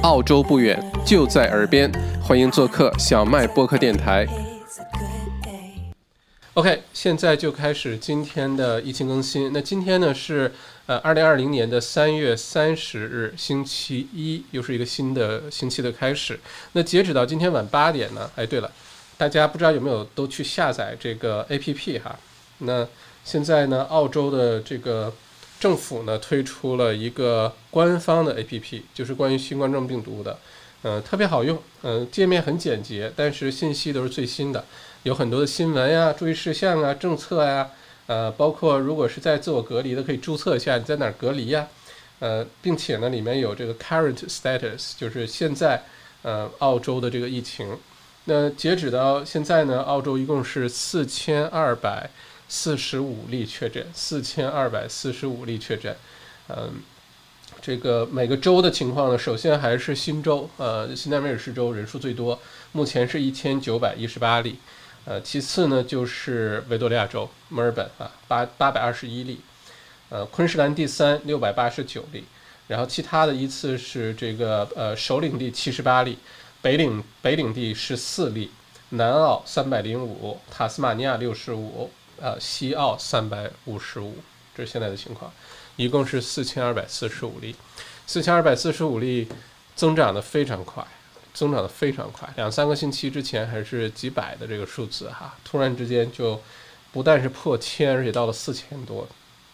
澳洲不远，就在耳边，欢迎做客小麦播客电台。OK， 现在就开始今天的疫情更新。那今天呢是2020年的3月30日，星期一，又是一个新的星期的开始。那截止到今天晚8点呢，对了，大家不知道有没有都去下载这个 APP 哈？那现在呢，澳洲的这个政府呢推出了一个官方的 APP， 就是关于新冠状病毒的，特别好用，界面很简洁，但是信息都是最新的，有很多的新闻呀、注意事项啊、政策呀，包括如果是在自我隔离的，可以注册一下你在哪儿隔离呀，并且呢里面有这个 current status， 就是现在澳洲的这个疫情。那截止到现在呢，澳洲一共是4245例确诊，4245例确诊。这个每个州的情况呢，首先还是新州，新南威尔士州人数最多，目前是1918例。其次呢就是维多利亚州墨尔本821例，昆士兰第三689例，然后其他的依次是这个首领地78例，北领地14例，南澳305，塔斯马尼亚65，西澳355，这是现在的情况，一共是4245例，4245例增长的非常快，2-3个星期之前还是几百的这个数字哈，突然之间就不但是破千，而且到了4000多。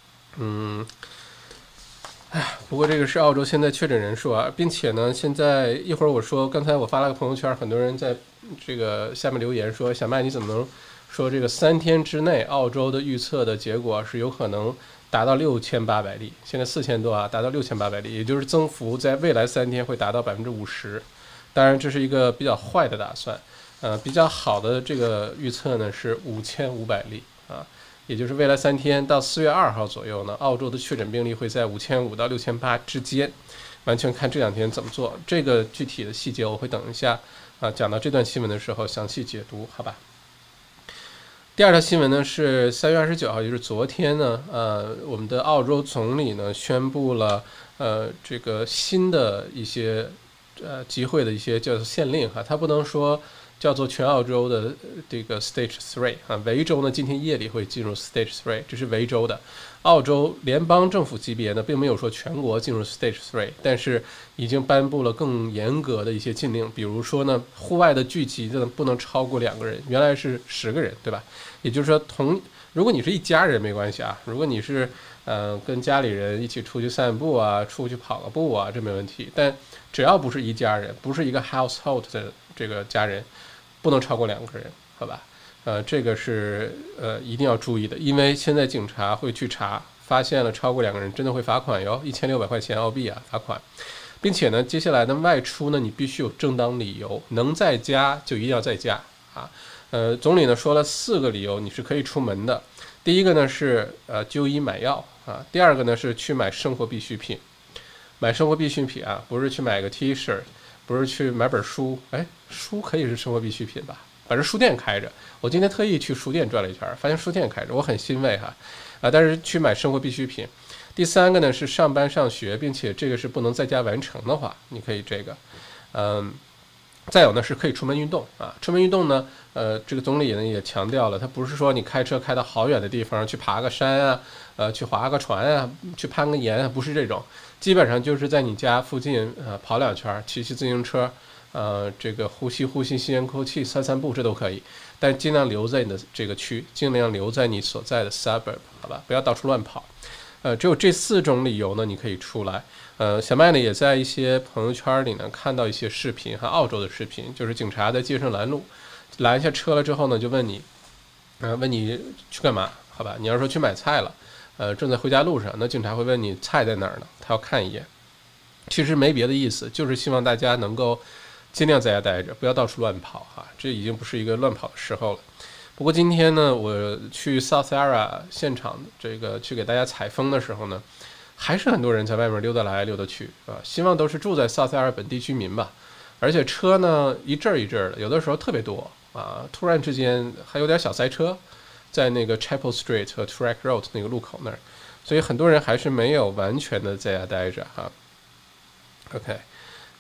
不过这个是澳洲现在确诊人数啊，并且呢，现在一会儿我说，刚才我发了个朋友圈，很多人在这个下面留言说，小麦你怎么能说这个3天之内澳洲的预测的结果是有可能达到6800例，现在4000多啊，达到6800例，也就是增幅在未来3天会达到50%。当然这是一个比较坏的打算，比较好的这个预测呢是5500例啊，也就是未来3天到4月2号左右呢，澳洲的确诊病例会在5500到6800之间，完全看这2天怎么做。这个具体的细节我会等一下讲到这段新闻的时候详细解读，好吧？第二条新闻呢是3月29号，也就是昨天呢，我们的澳洲总理呢宣布了这个新的一些集会的一些叫做限令哈，它不能说叫做全澳洲的这个 Stage 3啊，维州呢今天夜里会进入 Stage 3，这是维州的。澳洲联邦政府级别呢并没有说全国进入 Stage 3，但是已经颁布了更严格的一些禁令，比如说呢，户外的聚集呢不能超过2个人，原来是10个人，对吧？也就是说如果你是一家人没关系啊，如果你是跟家里人一起出去散步啊，出去跑个步啊，这没问题。但只要不是一家人，不是一个 household 的这个家人，不能超过2个人，好吧？这个是一定要注意的，因为现在警察会去查，发现了超过2个人，真的会罚款哟，1600块钱澳币啊，罚款。并且呢，接下来的外出呢，你必须有正当理由，能在家就一定要在家啊。总理呢说了4个理由，你是可以出门的。第一个呢是就医买药啊，第二个呢是去买生活必需品。买生活必需品啊，不是去买个 T 恤，不是去买本书，书可以是生活必需品吧？反正书店开着，我今天特意去书店转了一圈，发现书店开着，我很欣慰哈。但是去买生活必需品。第三个呢是上班上学，并且这个是不能在家完成的话，你可以这个，再有呢是可以出门运动啊，出门运动呢，这个总理呢也强调了，他不是说你开车开到好远的地方去爬个山啊，去划个船啊，去攀个岩啊，不是这种，基本上就是在你家附近跑2圈，骑自行车，这个呼吸新鲜空气，散步这都可以，但尽量留在你的这个区，尽量留在你所在的 suburb， 好吧，不要到处乱跑。只有这4种理由呢，你可以出来。小麦呢也在一些朋友圈里呢看到一些视频和澳洲的视频，就是警察在街上拦下车了之后呢，就问你去干嘛？好吧，你要说去买菜了，正在回家路上，那警察会问你菜在哪儿呢？他要看一眼。其实没别的意思，就是希望大家能够尽量在家待着，不要到处乱跑哈，这已经不是一个乱跑的时候了。不过今天呢，我去 South Yarra 现场这个去给大家采风的时候呢，还是很多人在外面溜达来溜达去啊，希望都是住在 South Yarra 本地居民吧。而且车呢一阵一阵的，有的时候特别多啊，突然之间还有点小塞车，在那个 Chapel Street 和 Track Road 那个路口那儿，所以很多人还是没有完全的在家待着哈。OK，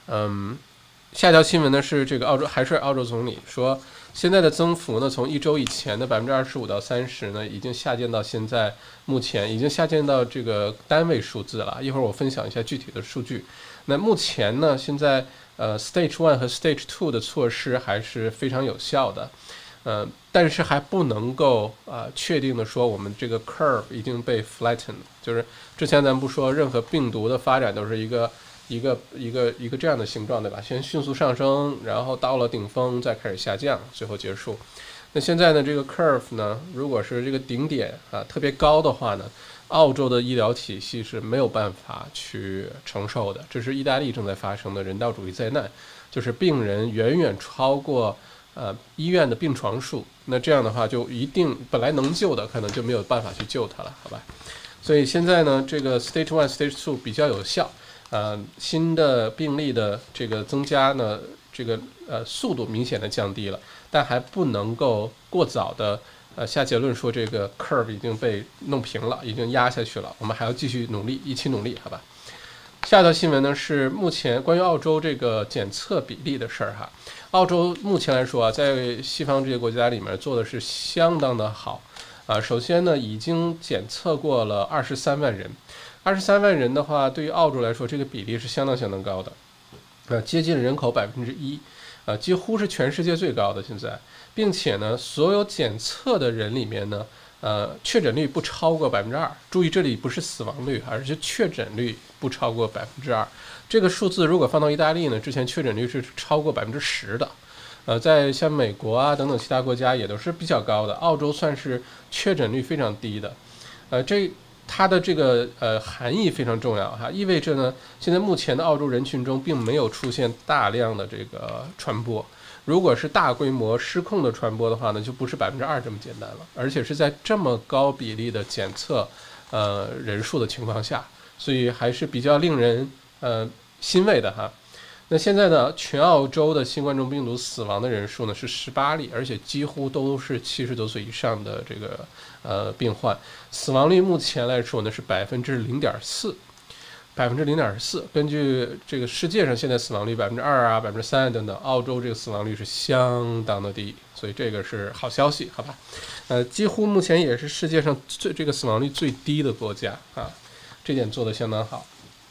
下一条新闻呢是这个还是澳洲总理说，现在的增幅呢从一周以前的25%到30%呢，已经下降到现在目前已经下降到这个单位数字了。一会儿我分享一下具体的数据。那目前呢，现在Stage 1和 Stage 2的措施还是非常有效的。但是还不能够确定的说我们这个 curve 已经被 flattened， 就是之前咱们不说任何病毒的发展都是一个这样的形状，对吧？先迅速上升，然后到了顶峰再开始下降，最后结束。那现在呢，这个 curve 呢，如果是这个顶点特别高的话呢，澳洲的医疗体系是没有办法去承受的。这是意大利正在发生的人道主义灾难，就是病人远远超过医院的病床数，那这样的话就一定本来能救的可能就没有办法去救它了，好吧？所以现在呢，这个 Stage 1、Stage 2比较有效，新的病例的这个增加呢，这个速度明显的降低了，但还不能够过早的下结论说这个 curve 已经被弄平了，已经压下去了，我们还要继续努力，一起努力，好吧？下一条新闻呢是目前关于澳洲这个检测比例的事儿哈。澳洲目前来说在西方这些国家里面做的是相当的好首先呢，已经检测过了23万人，23万人的话，对于澳洲来说，这个比例是相当高的，接近人口1%，几乎是全世界最高的现在，并且呢，所有检测的人里面呢，确诊率不超过2%。注意，这里不是死亡率，而是确诊率不超过2%。这个数字如果放到意大利呢，之前确诊率是超过10%的。在像美国等等其他国家也都是比较高的，澳洲算是确诊率非常低的。它的这个含义非常重要哈，意味着呢，现在目前的澳洲人群中并没有出现大量的这个传播。如果是大规模失控的传播的话呢，就不是2%这么简单了，而且是在这么高比例的检测人数的情况下，所以还是比较令人欣慰的哈。那现在呢，全澳洲的新冠状病毒死亡的人数呢是18例，而且几乎都是70多岁以上的这个病患，死亡率目前来说呢是0.4%，0.4%。根据这个世界上现在死亡率2%、3%等等，澳洲这个死亡率是相当的低，所以这个是好消息，好吧？几乎目前也是世界上这个死亡率最低的国家这点做得相当好。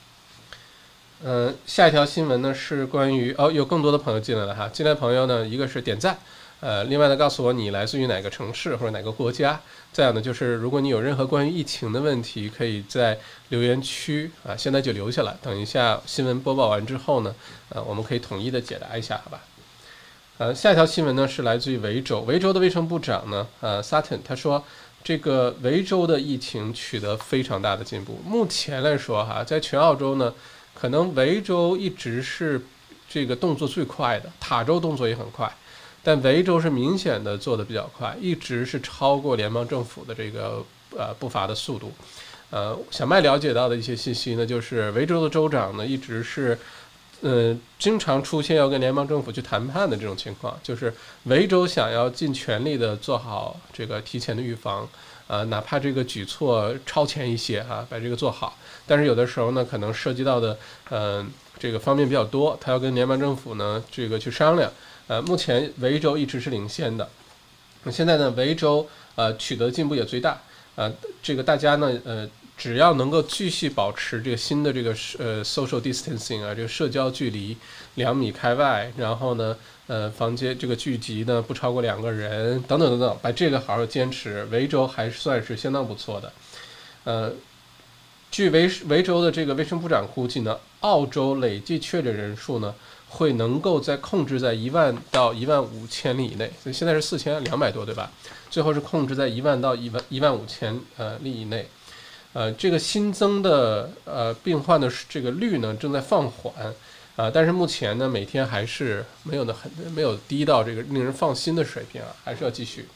下一条新闻呢是关于有更多的朋友进来了哈，进来的朋友呢，一个是点赞，另外呢告诉我你来自于哪个城市或者哪个国家，再有呢就是如果你有任何关于疫情的问题，可以在留言区现在就留下来，等一下新闻播报完之后呢，我们可以统一的解答一下，好吧？下一条新闻呢是来自于维州的卫生部长呢Sutton， 他说这个维州的疫情取得非常大的进步，目前来说在全澳洲呢，可能维州一直是这个动作最快的，塔州动作也很快，但维州是明显的做的比较快，一直是超过联邦政府的这个步伐的速度。小麦了解到的一些信息呢，就是维州的州长呢一直是经常出现要跟联邦政府去谈判的这种情况，就是维州想要尽全力的做好这个提前的预防，哪怕这个举措超前一些把这个做好，但是有的时候呢，可能涉及到的这个方面比较多，他要跟联邦政府呢这个去商量。目前维州一直是领先的，现在呢维州取得进步也最大，这个大家呢只要能够继续保持这个新的这个social distancing 这个社交距离2米开外，然后呢房间这个聚集呢不超过2个人等等等等，把这个好好坚持，维州还算是相当不错的。据维州的这个卫生部长估计呢，澳洲累计确诊人数呢会能够控制在1万到15000例以内，所以现在是4200多，对吧？最后是控制在1万到15000例以内。这个新增的病患的这个率呢正在放缓但是目前呢每天还是没有低到这个令人放心的水平还是要继续。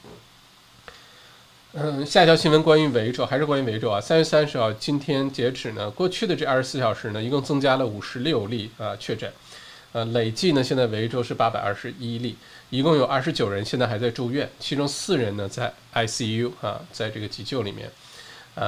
下一条新闻关于维州，还是关于维州3月30号今天截止呢，过去的这24小时呢，一共增加了56例确诊，累计呢现在维州是821例，一共有29人现在还在住院，其中4人呢在 ICU 在这个急救里面。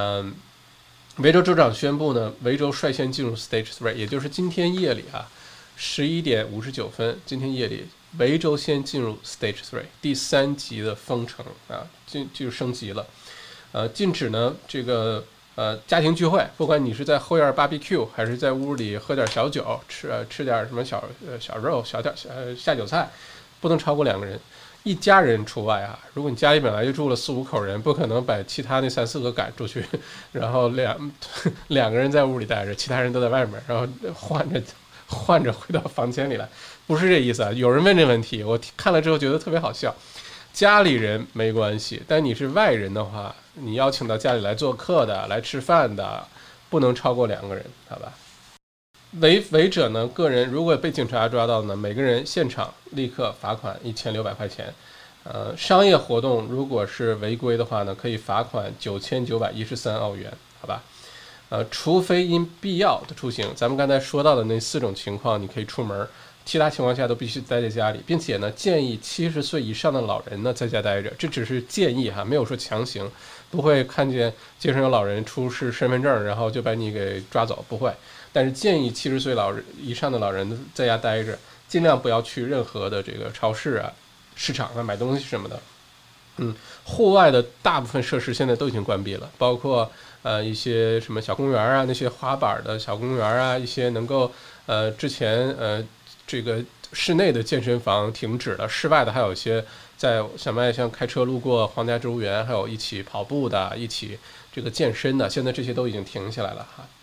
维州州长宣布呢，维州率先进入 Stage 3，也就是今天夜里 11点59分，今天夜里维州先进入 Stage 3第3级的封城啊，就升级了。禁止呢这个家庭聚会，不管你是在后院 barbecue 还是在屋里喝点小酒，吃点什么小肉、下酒菜，不能超过2个人。一家人除外啊！如果你家里本来就住了4、5口人，不可能把其他那3、4个赶出去，然后两个人在屋里待着，其他人都在外面，然后换着回到房间里来，不是这意思啊！有人问这问题，我看了之后觉得特别好笑。家里人没关系，但你是外人的话，你邀请到家里来做客的、来吃饭的，不能超过2个人，好吧？违者呢，个人如果被警察抓到呢，每个人现场立刻罚款1600块钱。商业活动如果是违规的话呢，可以罚款9913澳元，好吧？除非因必要的出行，咱们刚才说到的那4种情况，你可以出门，其他情况下都必须待在家里，并且呢，建议70岁以上的老人呢在家待着，这只是建议哈，没有说强行，不会看见街上有老人出示身份证，然后就把你给抓走，不会。但是建议70岁以上的老人在家待着，尽量不要去任何的这个超市啊、市场啊买东西什么的。户外的大部分设施现在都已经关闭了，包括一些什么小公园啊，那些滑板的小公园啊，一些能够之前这个室内的健身房停止了，室外的还有一些在像开车路过皇家植物园，还有一起跑步的，一起这个健身的，现在这些都已经停下来了哈。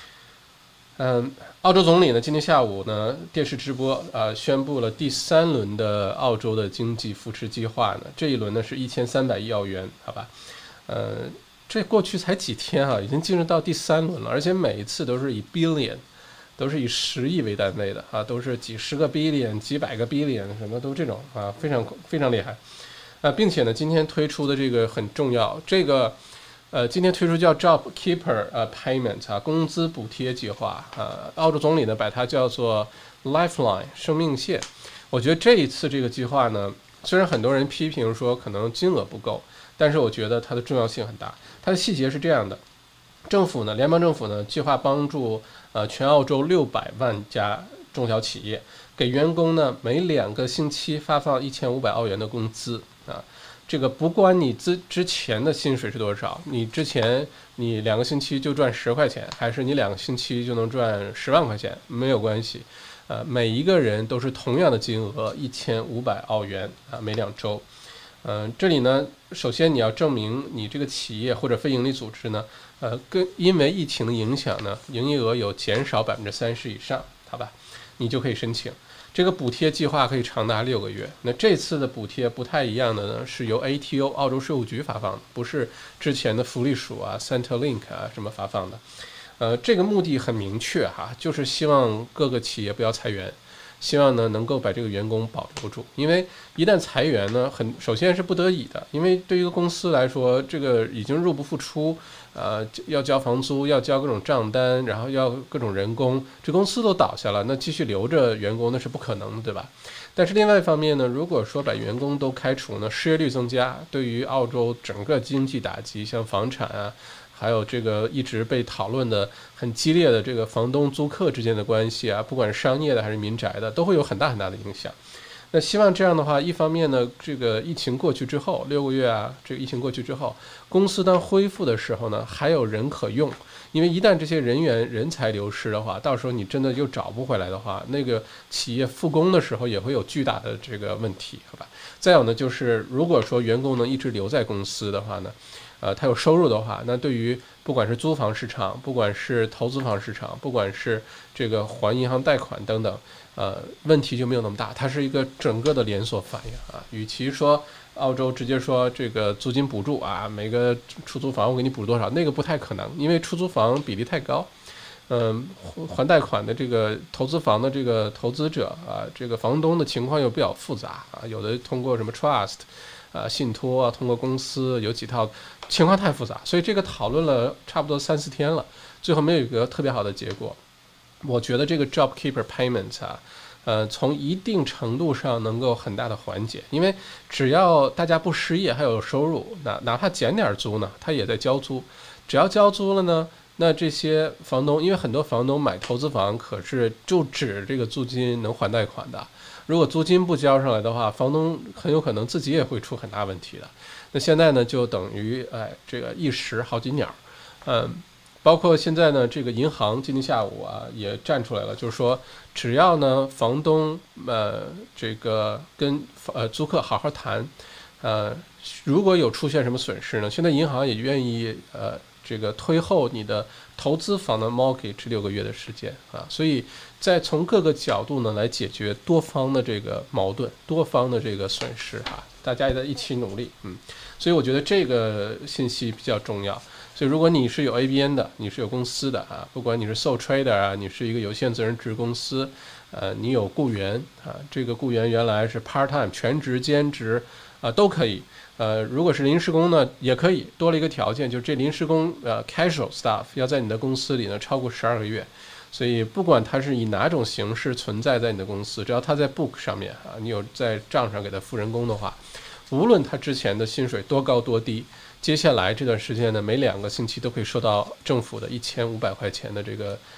澳洲总理呢今天下午呢电视直播宣布了第3轮的澳洲的经济扶持计划呢，这一轮呢是1300亿澳元，好吧？这过去才几天啊，已经进入到第3轮了，而且每一次都是以 billion， 都是以10亿为单位的啊，都是几十个 billion、几百个 billion， 什么都这种啊，非常非常厉害并且呢，今天推出的这个很重要，这个今天推出叫 Job Keeper Payment 啊，工资补贴计划澳洲总理呢把它叫做 Lifeline 生命线。我觉得这一次这个计划呢，虽然很多人批评说可能金额不够，但是我觉得它的重要性很大。它的细节是这样的：政府呢，联邦政府呢，计划帮助全澳洲600万家中小企业，给员工呢每2个星期发放1500澳元的工资啊。这个不管你之前的薪水是多少，你之前你2个星期就赚10块钱，还是你2个星期就能赚10万块钱，没有关系。每一个人都是同样的金额1500澳元啊，每2周。这里呢，首先你要证明你这个企业或者非营利组织呢，因为疫情的影响呢，营业额有减少30%以上，好吧，你就可以申请。这个补贴计划可以长达6个月。那这次的补贴不太一样的呢，是由 ATO 澳洲税务局发放的，不是之前的福利署啊、Centrelink 啊什么发放的。这个目的很明确哈，就是希望各个企业不要裁员，希望呢能够把这个员工保留住。因为一旦裁员呢，首先是不得已的，因为对于一个公司来说，这个已经入不敷出。要交房租，要交各种账单，然后要各种人工，这公司都倒下了，那继续留着员工那是不可能的，对吧？但是另外一方面呢，如果说把员工都开除呢，失业率增加，对于澳洲整个经济打击，像房产啊，还有这个一直被讨论的很激烈的这个房东租客之间的关系啊，不管是商业的还是民宅的，都会有很大很大的影响。那希望这样的话，一方面呢，这个疫情过去之后6个月啊，这个疫情过去之后，公司当恢复的时候呢，还有人可用。因为一旦这些人才流失的话，到时候你真的又找不回来的话，那个企业复工的时候也会有巨大的这个问题，好吧？再有呢，就是如果说员工能一直留在公司的话呢，他有收入的话，那对于不管是租房市场，不管是投资房市场，不管是这个还银行贷款等等。问题就没有那么大，它是一个整个的连锁反应啊。与其说澳洲直接说这个租金补助啊，每个出租房我给你补多少，那个不太可能，因为出租房比例太高。还贷款的这个投资房的这个投资者啊，这个房东的情况又比较复杂啊，有的通过什么 trust 信托啊，通过公司有几套，情况太复杂，所以这个讨论了差不多3、4天了，最后没有一个特别好的结果。我觉得这个 Job Keeper Payment 从一定程度上能够很大的缓解，因为只要大家不失业还有收入，哪怕减点租呢，他也在交租，只要交租了呢， 那这些房东，因为很多房东买投资房可是就指这个租金能还贷款的，如果租金不交上来的话，房东很有可能自己也会出很大问题的。那现在呢，就等于这个一石好几鸟，包括现在呢，这个银行今天下午也站出来了，就是说只要呢房东这个跟租客好好谈，如果有出现什么损失呢，现在银行也愿意这个推后你的投资房的 mortgage 6个月的时间所以在从各个角度呢来解决多方的这个矛盾，多方的这个损失大家也在一起努力，所以我觉得这个信息比较重要。所以如果你是有 ABN 的，你是有公司的不管你是 sole trader 你是一个有限责任制公司，你有雇员这个雇员原来是 part time 全职兼职都可以。如果是临时工呢，也可以多了一个条件，就是这临时工casual staff 要在你的公司里呢超过12个月。所以不管他是以哪种形式存在在你的公司，只要他在 book 上面你有在账上给他付人工的话，无论他之前的薪水多高多低，接下来这段时间呢，每2个星期都可以收到政府的1500块钱的这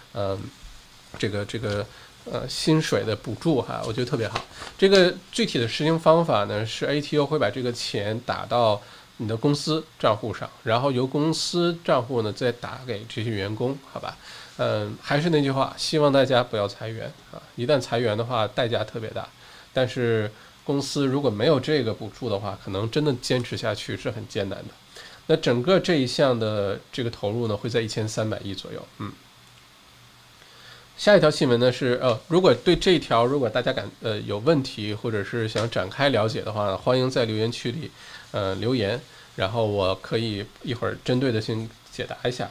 个薪水的补助我觉得特别好。这个具体的实行方法呢，是 ATO 会把这个钱打到你的公司账户上，然后由公司账户呢再打给这些员工，好吧？还是那句话，希望大家不要裁员一旦裁员的话，代价特别大。但是公司如果没有这个补助的话，可能真的坚持下去是很艰难的。那整个这一项的这个投入呢，会在1300亿左右。下一条新闻呢是如果对这一条如果大家有问题或者是想展开了解的话呢，欢迎在留言区里留言，然后我可以一会儿针对的性解答一下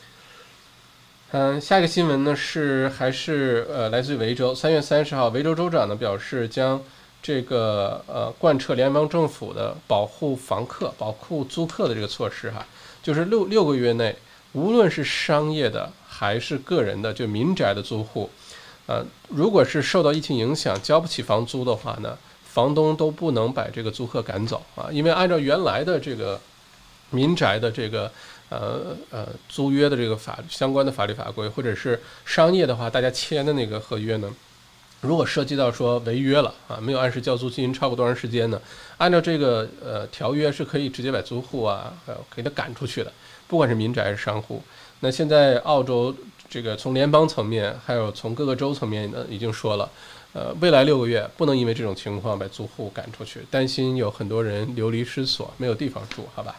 下一个新闻呢还是来自于维州。3月30号，维州州长呢表示将这个贯彻联邦政府的保护房客、保护租客的这个措施就是六个月内，无论是商业的还是个人的，就民宅的租户，如果是受到疫情影响交不起房租的话呢，房东都不能把这个租客赶走因为按照原来的这个民宅的这个租约的这个相关的法律法规，或者是商业的话，大家签的那个合约呢，如果涉及到说违约了没有按时交租金超过多长时间呢，按照这个条约是可以直接把租户给他赶出去的，不管是民宅还是商户。那现在澳洲这个从联邦层面还有从各个州层面呢已经说了，未来6个月不能因为这种情况把租户赶出去，担心有很多人流离失所，没有地方住，好吧？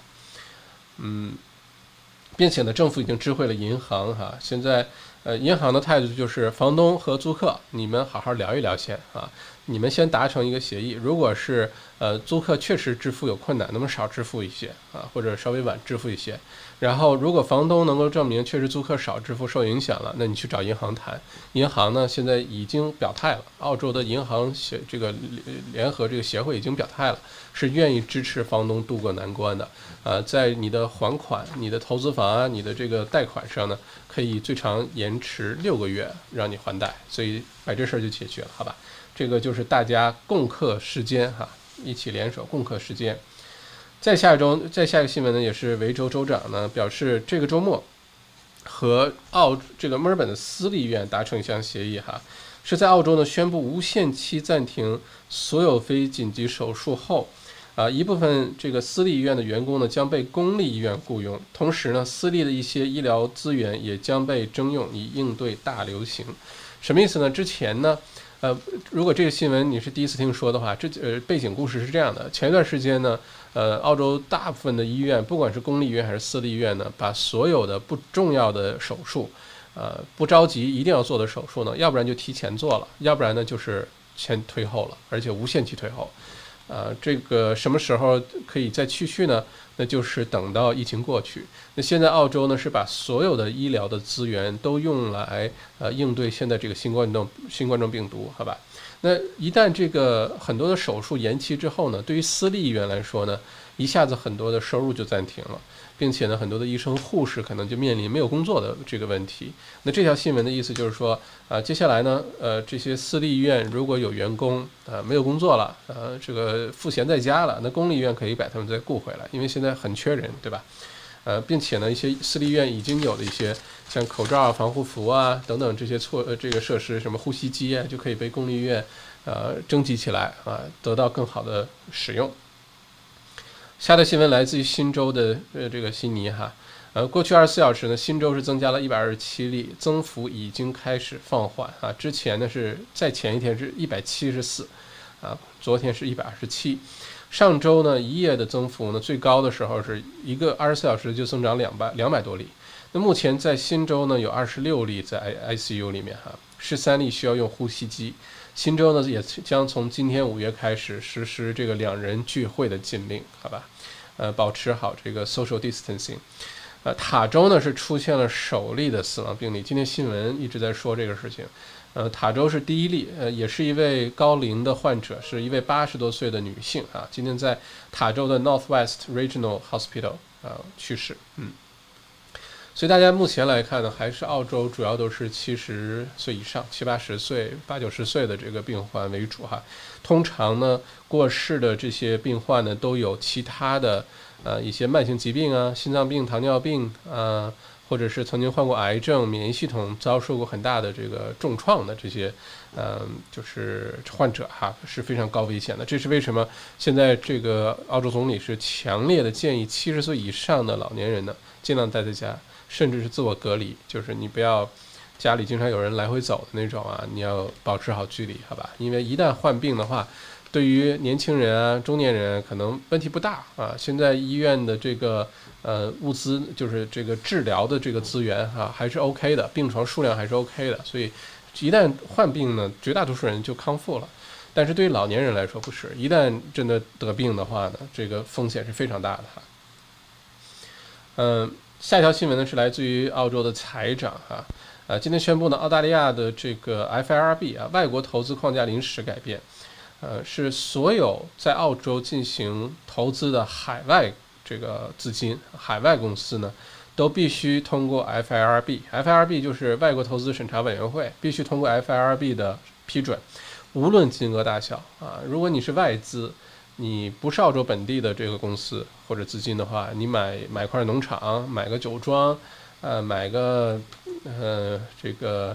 并且呢，政府已经知会了银行现在银行的态度就是房东和租客，你们好好聊一聊先你们先达成一个协议。如果是租客确实支付有困难，那么少支付一些或者稍微晚支付一些。然后如果房东能够证明确实租客少支付受影响了，那你去找银行谈。银行呢现在已经表态了，澳洲的银行这个联合这个协会已经表态了，是愿意支持房东渡过难关的在你的还款、你的投资房你的这个贷款上呢，可以最长延迟6个月让你还贷，所以把这事儿就解决了，好吧？这个就是大家共克时艰一起联手共克时艰。再下一个新闻呢，也是维州州长呢表示，这个周末和这个墨尔本的私立医院达成一项协议是在澳洲呢宣布无限期暂停所有非紧急手术后一部分这个私立医院的员工呢将被公立医院雇佣，同时呢私立的一些医疗资源也将被征用以应对大流行。什么意思呢？之前呢如果这个新闻你是第一次听说的话，背景故事是这样的。前一段时间呢澳洲大部分的医院，不管是公立医院还是私立医院呢，把所有的不重要的手术不着急一定要做的手术呢，要不然就提前做了，要不然呢就是先推后了，而且无限期推后这个什么时候可以再继续呢？那就是等到疫情过去。那现在澳洲呢是把所有的医疗的资源都用来应对现在这个新冠状病毒，好吧？那一旦这个很多的手术延期之后呢，对于私立医院来说呢，一下子很多的收入就暂停了，并且呢很多的医生护士可能就面临没有工作的这个问题。那这条新闻的意思就是说接下来呢这些私立医院如果有员工没有工作了这个赋闲在家了，那公立医院可以把他们再雇回来，因为现在很缺人，对吧？ 并且呢，一些私立医院已经有的一些像口罩啊、防护服啊等等这些这个设施，什么呼吸机啊，就可以被公立医院征集起来啊，得到更好的使用。下的新闻来自于新州的这个悉尼哈。过去24小时呢，新州是增加了127例，增幅已经开始放缓啊。之前呢是在前一天是174，昨天是127。上周呢一夜的增幅呢最高的时候是一个24小时就增长200多例。那目前在新州呢有26例在 ICU 里面哈，13例需要用呼吸机。新州呢也将从今天5月开始实施这个2人聚会的禁令，好吧？保持好这个 social distancing。塔州呢是出现了首例的死亡病例，今天新闻一直在说这个事情。塔州是第一例，也是一位高龄的患者，是一位80多岁的女性啊，今天在塔州的 Northwest Regional Hospital 去世。所以大家目前来看呢，还是澳洲主要都是70岁以上、70、80岁、80、90岁的这个病患为主哈。通常呢，过世的这些病患呢，都有其他的一些慢性疾病啊，心脏病、糖尿病或者是曾经患过癌症、免疫系统遭受过很大的这个重创的这些就是患者哈，是非常高危险的。这是为什么现在这个澳洲总理是强烈的建议70岁以上的老年人呢，尽量待在家。甚至是自我隔离，就是你不要家里经常有人来回走的那种啊，你要保持好距离，好吧？因为一旦患病的话，对于年轻人啊、中年人可能问题不大啊。现在医院的这个物资，就是这个治疗的这个资源还是 OK 的，病床数量还是 OK 的，所以一旦患病呢，绝大多数人就康复了。但是对于老年人来说不是，一旦真的得病的话呢，这个风险是非常大的哈。下一条新闻呢是来自于澳洲的财长今天宣布呢，澳大利亚的这个 FIRB 外国投资框架临时改变，是所有在澳洲进行投资的海外这个资金、海外公司呢，都必须通过 FIRB 就是外国投资审查委员会，必须通过 FIRB 的批准，无论金额大小如果你是外资。你不是澳洲本地的这个公司或者资金的话，你买块农场，买个酒庄，买个这个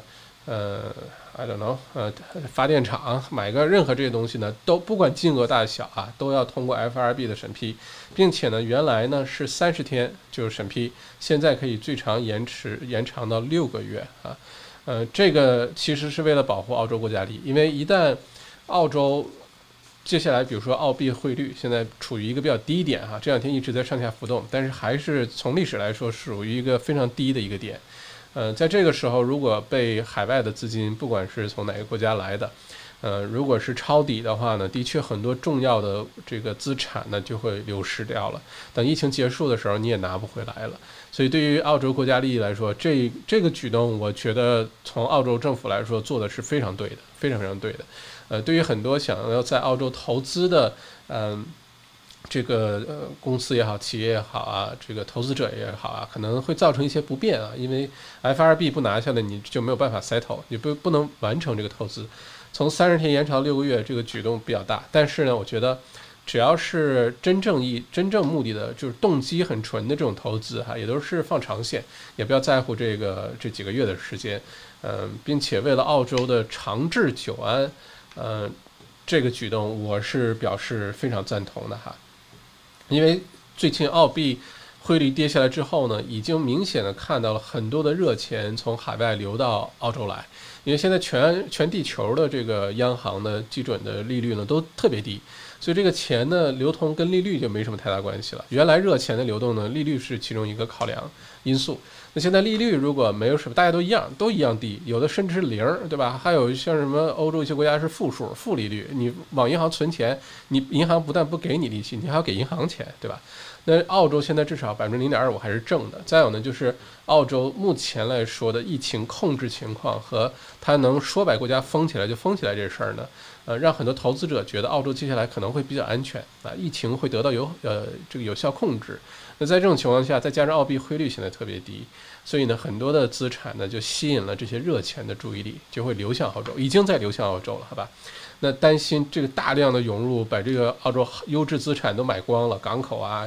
I don't know 发电厂，买个任何这些东西呢，都不管金额大小都要通过 FIRB 的审批，并且呢，原来呢是30天就审批，现在可以最长延长到6个月这个其实是为了保护澳洲国家利益，因为一旦澳洲接下来比如说澳币汇率现在处于一个比较低点这两天一直在上下浮动，但是还是从历史来说属于一个非常低的一个点。在这个时候如果被海外的资金不管是从哪个国家来的如果是抄底的话呢，的确很多重要的这个资产呢就会流失掉了，等疫情结束的时候你也拿不回来了。所以对于澳洲国家利益来说，这个举动我觉得从澳洲政府来说做的是非常对的，非常非常对的。对于很多想要在澳洲投资的这个公司也好，企业也好这个投资者也好可能会造成一些不便因为 FIRB 不拿下来你就没有办法 settle， 你不能完成这个投资。从30天延长6个月，这个举动比较大，但是呢，我觉得只要是真正目的的，就是动机很纯的这种投资也都是放长线，也不要在乎这几个月的时间，并且为了澳洲的长治久安，这个举动我是表示非常赞同的因为最近澳币汇率跌下来之后呢，已经明显的看到了很多的热钱从海外流到澳洲来。因为现在全地球的这个央行的基准的利率呢都特别低，所以这个钱呢流通跟利率就没什么太大关系了。原来热钱的流动呢，利率是其中一个考量因素。那现在利率如果没有什么，大家都一样低，有的甚至是0，对吧？还有像什么欧洲一些国家是负利率，你往银行存钱，你银行不但不给你利息，你还要给银行钱，对吧？那澳洲现在至少0.25%还是正的。再有呢，就是澳洲目前来说的疫情控制情况和它能说把国家封起来就封起来这事儿呢，让很多投资者觉得澳洲接下来可能会比较安全疫情会得到这个有效控制。那在这种情况下，再加上澳币汇率现在特别低，所以呢，很多的资产呢就吸引了这些热钱的注意力，就会流向澳洲，已经在流向澳洲了，好吧？那担心这个大量的涌入把这个澳洲优质资产都买光了，港口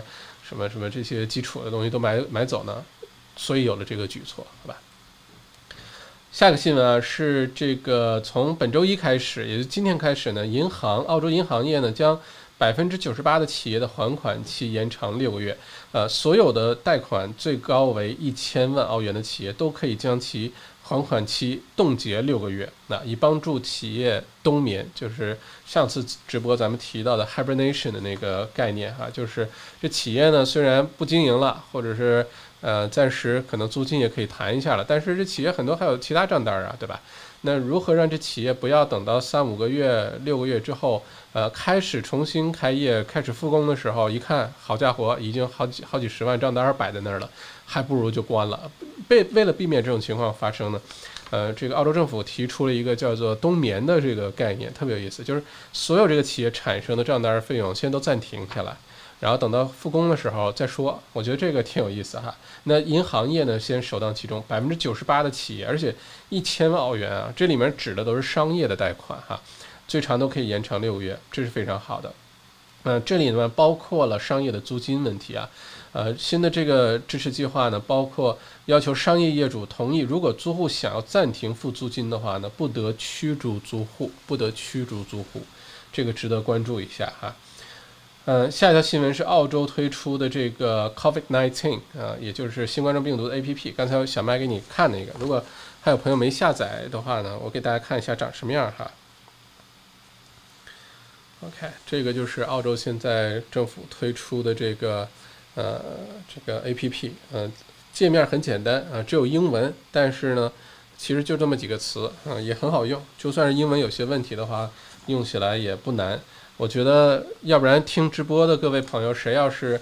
什么什么这些基础的东西都买走呢？所以有了这个举措，好吧？下个新闻啊，是这个从本周一开始，也就是今天开始呢，澳洲银行业呢将98%的企业的还款期延长6个月。所有的贷款最高为1000万澳元的企业都可以将其还款期冻结6个月，那以帮助企业冬眠，就是上次直播咱们提到的 hibernation 的那个概念哈，就是这企业呢虽然不经营了，或者是暂时可能租金也可以谈一下了，但是这企业很多还有其他账单啊，对吧？那如何让这企业不要等到3-5个月、6个月之后，开始重新开业、开始复工的时候，一看，好家伙，已经好几十万账单摆在那儿了，还不如就关了。为了避免这种情况发生呢，这个澳洲政府提出了一个叫做冬眠的这个概念，特别有意思，就是所有这个企业产生的账单费用先都暂停下来。然后等到复工的时候再说，我觉得这个挺有意思哈。那银行业呢，先首当其冲，98%的企业，而且1000万澳元啊，这里面指的都是商业的贷款哈，最长都可以延长6个月，这是非常好的。这里呢包括了商业的租金问题啊，新的这个支持计划呢，包括要求商业业主同意，如果租户想要暂停付租金的话呢，不得驱逐租户，这个值得关注一下哈。下一条新闻是澳洲推出的这个 COVID-19 也就是新冠状病毒的 APP。刚才小麦给你看那个，如果还有朋友没下载的话呢，我给大家看一下长什么样哈。OK， 这个就是澳洲现在政府推出的这个APP，界面很简单只有英文，但是呢，其实就这么几个词也很好用，就算是英文有些问题的话，用起来也不难。我觉得，要不然听直播的各位朋友，谁要是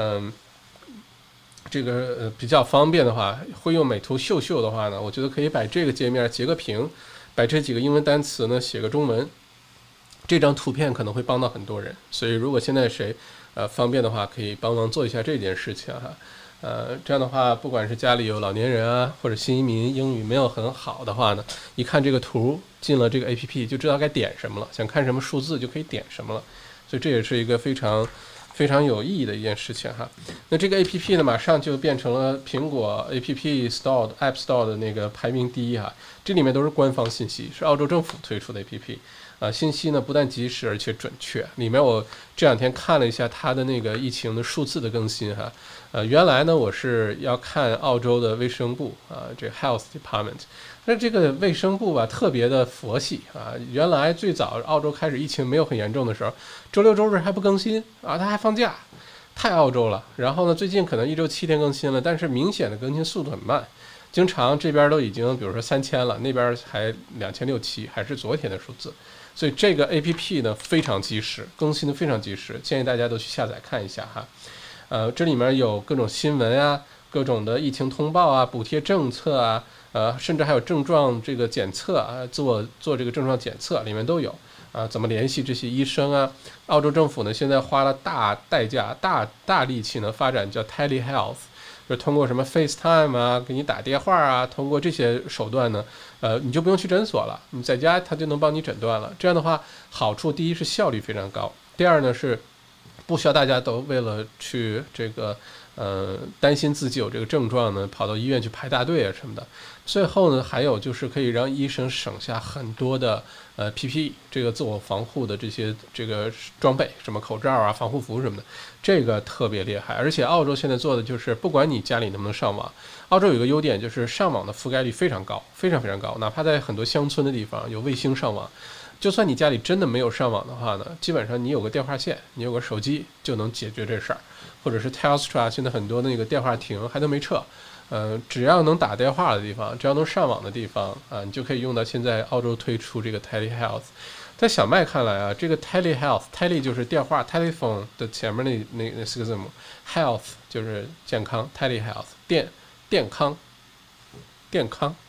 这个比较方便的话，会用美图秀秀的话呢，我觉得可以把这个界面截个屏，把这几个英文单词呢写个中文，这张图片可能会帮到很多人。所以如果现在谁方便的话，可以帮忙做一下这件事情哈。这样的话，不管是家里有老年人啊，或者新移民英语没有很好的话呢，一看这个图进了这个 APP 就知道该点什么了，想看什么数字就可以点什么了，所以这也是一个非常有意义的一件事情哈。那这个 APP 呢，马上就变成了苹果 APP Store App Store 的那个排名第一哈，这里面都是官方信息，是澳洲政府推出的 APP。信息呢不但及时而且准确，里面我这两天看了一下它的那个疫情的数字的更新哈，原来呢我是要看澳洲的卫生部这 Health Department， 那这个卫生部吧特别的佛系原来最早澳洲开始疫情没有很严重的时候，周六周日还不更新它还放假，太澳洲了。然后呢最近可能1周7天更新了，但是明显的更新速度很慢，经常这边都已经比如说3000了，那边还2600-2700，还是昨天的数字。所以这个 APP 呢非常及时，更新的非常及时，建议大家都去下载看一下哈。这里面有各种新闻啊，各种的疫情通报啊，补贴政策啊，甚至还有症状这个检测做这个症状检测里面都有怎么联系这些医生啊？澳洲政府呢现在花了大代价、大力气呢发展叫 Telehealth。就通过什么 FaceTime 啊，给你打电话啊，通过这些手段呢，你就不用去诊所了，你在家他就能帮你诊断了。这样的话，好处第一是效率非常高，第二呢是不需要大家都为了去这个担心自己有这个症状呢，跑到医院去排大队什么的。最后呢，还有就是可以让医生省下很多的PPE 这个自我防护的这个装备，什么口罩啊、防护服什么的，这个特别厉害。而且澳洲现在做的就是，不管你家里能不能上网，澳洲有一个优点就是上网的覆盖率非常高，非常非常高，哪怕在很多乡村的地方有卫星上网。就算你家里真的没有上网的话呢，基本上你有个电话线，你有个手机就能解决这事儿，或者是 Telstra 现在很多那个电话亭还都没撤，只要能打电话的地方，只要能上网的地方你就可以用到现在澳洲推出这个 Telehealth。在小麦看来这个 Telehealth，Tele 就是电话 telephone 的前面那4个字母 ，Health 就是健康 ，Telehealth 电康电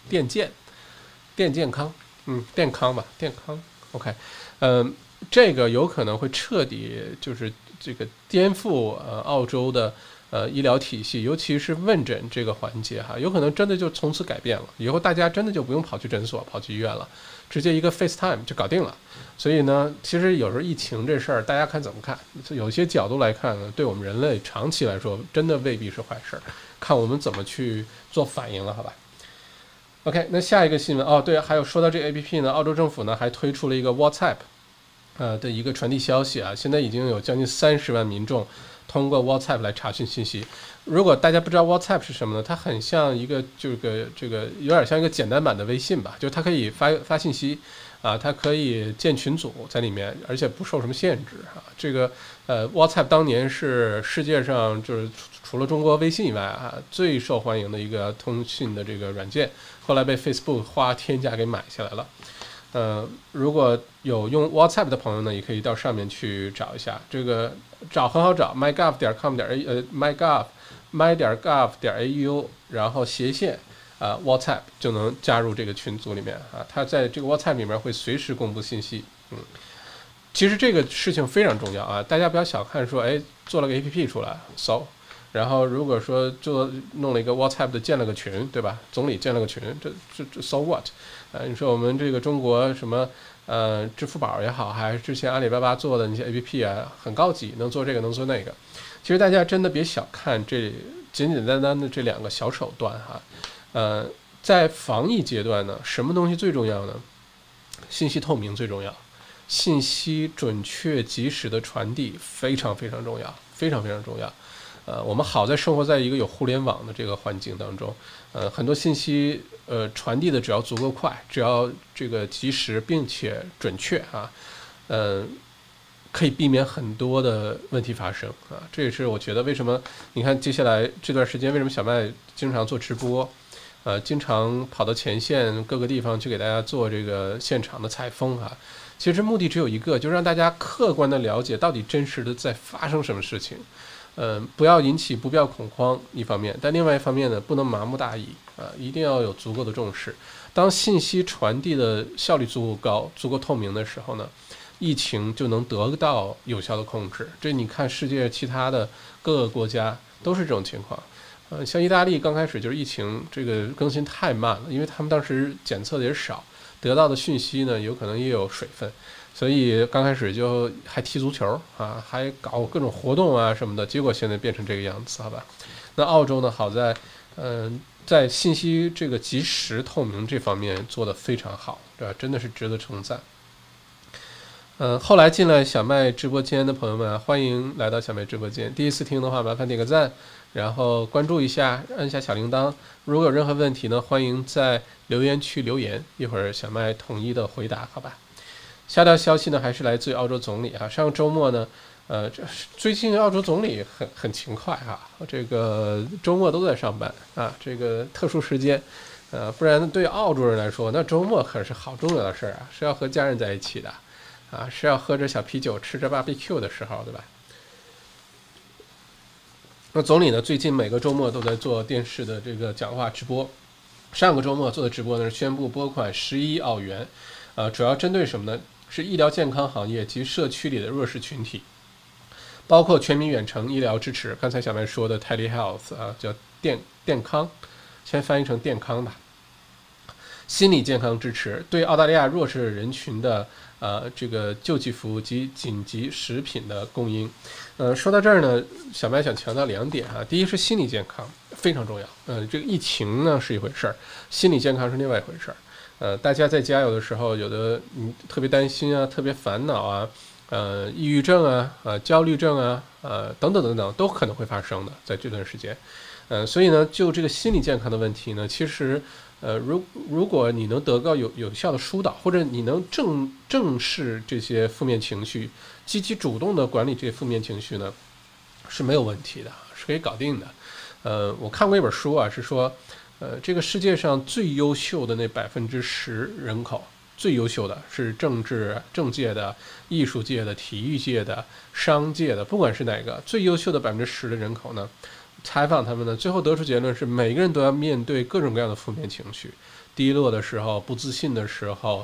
健康，电康吧，电康。OK， 这个有可能会彻底就是这个颠覆澳洲的医疗体系，尤其是问诊这个环节哈，有可能真的就从此改变了。以后大家真的就不用跑去诊所、跑去医院了，直接一个 FaceTime 就搞定了。所以呢，其实有时候疫情这事儿，大家看怎么看？有些角度来看呢，对我们人类长期来说，真的未必是坏事，看我们怎么去做反应了，好吧？OK， 那下一个新闻哦，对，还有说到这个 APP 呢，澳洲政府呢还推出了一个 WhatsApp，的一个传递消息啊，现在已经有将近30万民众通过 WhatsApp 来查询信息。如果大家不知道 WhatsApp 是什么呢？它很像一个这个有点像一个简单版的微信吧，就是它可以发信息啊，它可以建群组在里面，而且不受什么限制啊。这个WhatsApp 当年是世界上就是除了中国微信以外啊最受欢迎的一个通讯的这个软件，后来被 Facebook 花天价给买下来了。如果有用 WhatsApp 的朋友呢，也可以到上面去找一下。这个找很好找 ，mygov.com.my.gov.au， 然后斜线WhatsApp 就能加入这个群组里面啊。它在这个 WhatsApp 里面会随时公布信息。其实这个事情非常重要啊，大家不要小看说，做了个 APP 出来然后如果说弄了一个 WhatsApp 的建了个群，对吧？总理建了个群，这 so what？你说我们这个中国什么支付宝也好，还是之前阿里巴巴做的那些 APP 啊，很高级，能做这个能做那个。其实大家真的别小看这简简单单的这2个小手段哈。在防疫阶段呢，什么东西最重要呢？信息透明最重要，信息准确及时的传递非常非常重要，非常非常重要。我们好在生活在一个有互联网的这个环境当中，很多信息传递的只要足够快，只要这个及时并且准确啊，可以避免很多的问题发生啊。这也是我觉得为什么你看接下来这段时间为什么小麦经常做直播，经常跑到前线各个地方去给大家做这个现场的采风啊。其实目的只有一个，就是让大家客观的了解到底真实的在发生什么事情。不要引起不必要恐慌，一方面，但另外一方面呢，不能麻木大意啊，一定要有足够的重视。当信息传递的效率足够高、足够透明的时候呢，疫情就能得到有效的控制。这你看世界其他的各个国家都是这种情况。像意大利刚开始就是疫情这个更新太慢了，因为他们当时检测的也少，得到的讯息呢有可能也有水分。所以刚开始就还踢足球啊，还搞各种活动啊什么的，结果现在变成这个样子，好吧？那澳洲呢，好在在信息这个及时透明这方面做得非常好，对吧？真的是值得称赞。后来进来小麦直播间的朋友们，欢迎来到小麦直播间。第一次听的话，麻烦点个赞，然后关注一下，按下小铃铛。如果有任何问题呢，欢迎在留言区留言，一会儿小麦统一的回答，好吧？下条消息呢，还是来自于澳洲总理啊。上周末呢，最近澳洲总理很勤快啊，这个周末都在上班啊，这个特殊时间，不然对澳洲人来说，那周末可是好重要的事儿啊，是要和家人在一起的，啊，是要喝着小啤酒、吃着 BBQ 的时候，对吧？那总理呢，最近每个周末都在做电视的这个讲话直播。上个周末做的直播呢，是宣布拨款11澳元，主要针对什么呢？是医疗健康行业及社区里的弱势群体，包括全民远程医疗支持。刚才小麦说的 telehealth 啊，叫电康，先翻译成电康吧。心理健康支持，对澳大利亚弱势人群的这个救济服务及紧急食品的供应。说到这儿呢，小麦想强调2点啊。第一是心理健康非常重要，这个疫情呢是一回事儿，心理健康是另外一回事儿。大家在家有的时候有的特别担心啊，特别烦恼啊，抑郁症啊，焦虑症啊，等等等等，都可能会发生的，在这段时间。所以呢，就这个心理健康的问题呢，其实如果你能得到有效的疏导，或者你能正视这些负面情绪，积极主动的管理这些负面情绪呢，是没有问题的，是可以搞定的。我看过一本书啊，是说这个世界上最优秀的那10%人口，最优秀的是政界的、艺术界的、体育界的、商界的，不管是哪个，最优秀的10%的人口呢，采访他们呢，最后得出结论是，每个人都要面对各种各样的负面情绪，低落的时候、不自信的时候，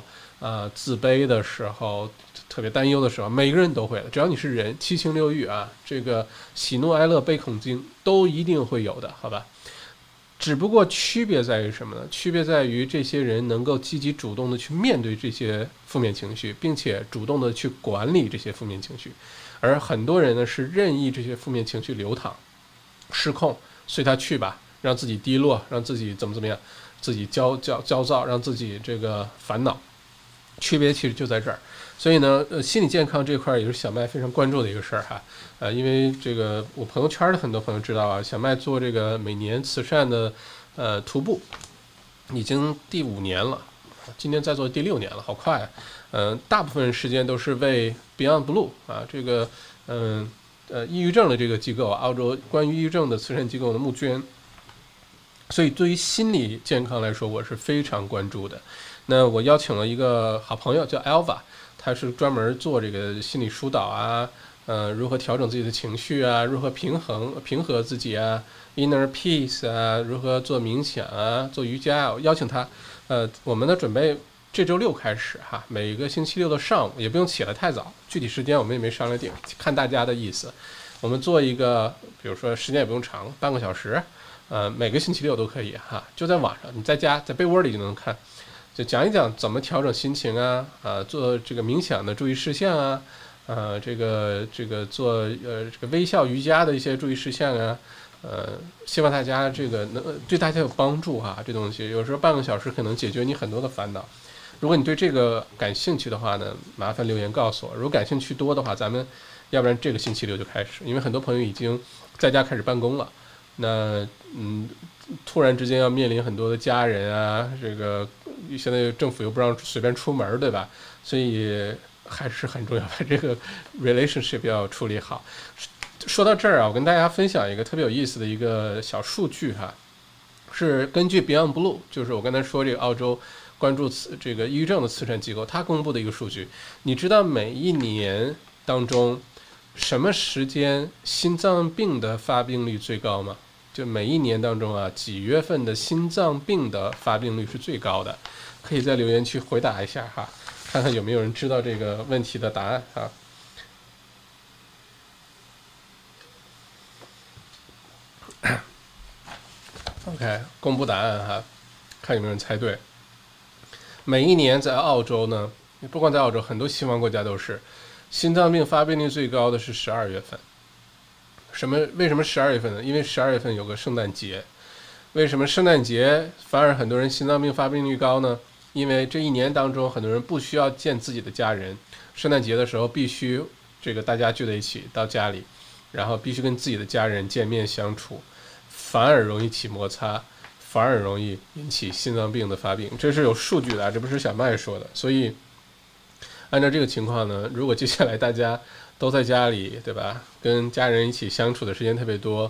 自卑的时候，特别担忧的时候，每个人都会的。只要你是人，七情六欲啊，这个喜怒哀乐悲恐惊都一定会有的，好吧？只不过区别在于什么呢？区别在于这些人能够积极主动的去面对这些负面情绪，并且主动的去管理这些负面情绪，而很多人呢是任意这些负面情绪流淌、失控，随他去吧，让自己低落，让自己怎么样，自己焦躁，让自己这个烦恼。区别其实就在这儿。所以呢，心理健康这块也是小麦非常关注的一个事儿哈。因为这个我朋友圈的很多朋友知道啊，小麦做这个每年慈善的徒步，已经第5年了，今年在做第6年了，好快啊。大部分时间都是为 Beyond Blue 啊这个抑郁症的这个机构，澳洲关于抑郁症的慈善机构的募捐。所以对于心理健康来说，我是非常关注的。那我邀请了一个好朋友叫 Alva， 他是专门做这个心理疏导啊，如何调整自己的情绪啊，如何平和自己啊 ，inner peace 啊，如何做冥想啊，做瑜伽。我邀请他，我们呢准备这周6开始哈，每个星期6的上午，也不用起来太早，具体时间我们也没商量定，看大家的意思。我们做一个，比如说时间也不用长，半个小时，每个星期6都可以哈，就在网上，你在家在被窝里就能看。就讲一讲怎么调整心情啊，做这个冥想的注意事项啊，这个做这个微笑瑜伽的一些注意事项啊，希望大家这个能对大家有帮助哈。这东西有时候半个小时可能解决你很多的烦恼。如果你对这个感兴趣的话呢，麻烦留言告诉我。如果感兴趣多的话，咱们要不然这个星期6就开始，因为很多朋友已经在家开始办公了。那突然之间要面临很多的家人啊，这个现在政府又不让随便出门，对吧？所以还是很重要，把这个 relationship 要处理好。说到这儿啊，我跟大家分享一个特别有意思的一个小数据哈，是根据 Beyond Blue， 就是我刚才说这个澳洲关注这个抑郁症的慈善机构，它公布的一个数据。你知道每一年当中什么时间心脏病的发病率最高吗？就每一年当中啊，几月份的心脏病的发病率是最高的？可以在留言区回答一下哈，看看有没有人知道这个问题的答案哈。OK， 公布答案哈，看有没有人猜对。每一年在澳洲呢，不光在澳洲，很多西方国家都是，心脏病发病率最高的是12月份。为什么12月份呢？因为12月份有个圣诞节。为什么圣诞节反而很多人心脏病发病率高呢？因为这一年当中，很多人不需要见自己的家人，圣诞节的时候必须这个大家聚在一起到家里，然后必须跟自己的家人见面相处，反而容易起摩擦，反而容易引起心脏病的发病。这是有数据的，这不是小麦说的。所以按照这个情况呢，如果接下来大家都在家里，对吧？跟家人一起相处的时间特别多，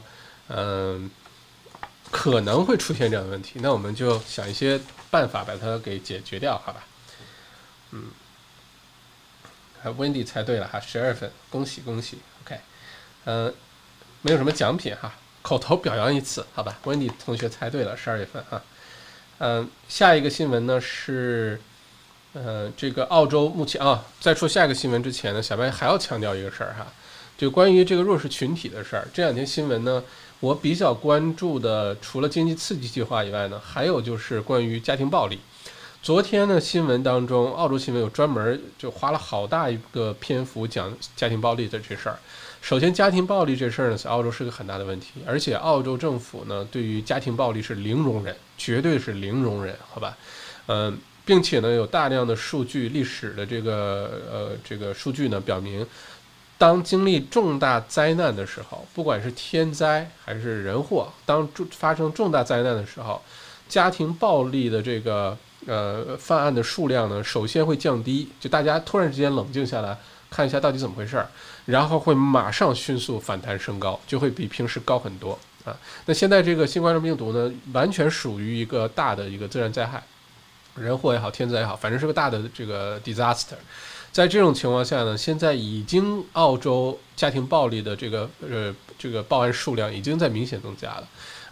可能会出现这样的问题。那我们就想一些办法把它给解决掉，好吧？Wendy 猜对了哈，12月份，恭喜恭喜 ，OK，没有什么奖品哈，口头表扬一次，好吧 ？Wendy 同学猜对了，12月份哈。下一个新闻呢是，这个澳洲目前在说下一个新闻之前呢，小白还要强调一个事儿哈，就关于这个弱势群体的事儿。这2天新闻呢，我比较关注的，除了经济刺激计划以外呢，还有就是关于家庭暴力。昨天呢，新闻当中，澳洲新闻有专门就花了好大一个篇幅讲家庭暴力的这事儿。首先，家庭暴力这事儿呢，在澳洲是个很大的问题，而且澳洲政府呢，对于家庭暴力是零容忍，绝对是零容忍，好吧？并且呢，有大量的数据、历史的这个数据呢，表明，当经历重大灾难的时候，不管是天灾还是人祸，当发生重大灾难的时候，家庭暴力的这个犯案的数量呢，首先会降低，就大家突然之间冷静下来，看一下到底怎么回事，然后会马上迅速反弹升高，就会比平时高很多啊。那现在这个新冠状病毒呢，完全属于一个大的一个自然灾害，人祸也好，天灾也好，反正是个大的这个 disaster。在这种情况下呢，现在已经澳洲家庭暴力的这个报案数量已经在明显增加了，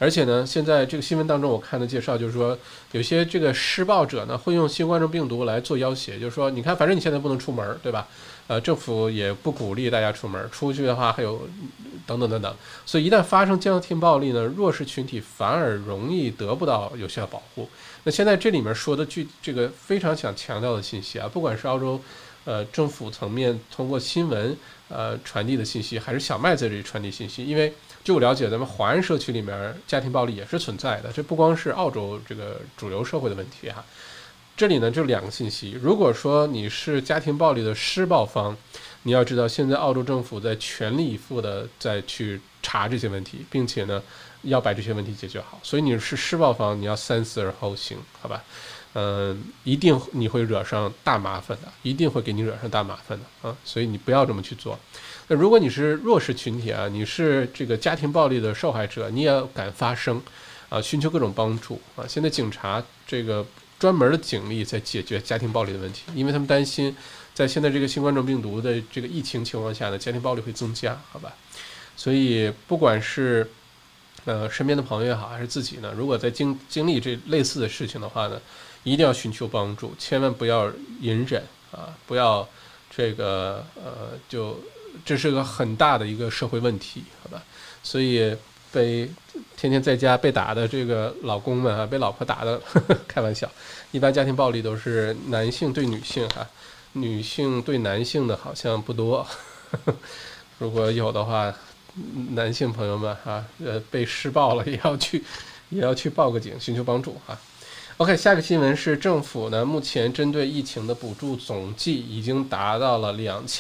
而且呢，现在这个新闻当中我看的介绍就是说，有些这个施暴者呢会用新冠状病毒来做要挟，就是说，你看，反正你现在不能出门，对吧？政府也不鼓励大家出门，出去的话还有等等等等，所以一旦发生家庭暴力呢，弱势群体反而容易得不到有效保护。那现在这里面说的这个非常想强调的信息啊，不管是澳洲政府层面通过新闻传递的信息，还是小麦在这里传递信息，因为据我了解，咱们华人社区里面家庭暴力也是存在的，这不光是澳洲这个主流社会的问题哈。这里呢就两个信息，如果说你是家庭暴力的施暴方，你要知道现在澳洲政府在全力以赴的再去查这些问题，并且呢要把这些问题解决好，所以你是施暴方，你要三思而后行，好吧？一定你会惹上大麻烦的，一定会给你惹上大麻烦的啊！所以你不要这么去做。那如果你是弱势群体啊，你是这个家庭暴力的受害者，你也要敢发声啊，寻求各种帮助啊！现在警察这个专门的警力在解决家庭暴力的问题，因为他们担心在现在这个新冠状病毒的这个疫情情况下呢，家庭暴力会增加，好吧？所以不管是身边的朋友也好，还是自己呢，如果在经历这类似的事情的话呢，一定要寻求帮助，千万不要隐忍啊，不要这个这是个很大的一个社会问题，好吧？所以天天在家被打的这个老公们啊，被老婆打的开玩笑，一般家庭暴力都是男性对女性哈，女性对男性的好像不多，如果有的话，男性朋友们哈，被施暴了也要去报个警，寻求帮助哈。OK， 下个新闻是政府呢，目前针对疫情的补助总计已经达到了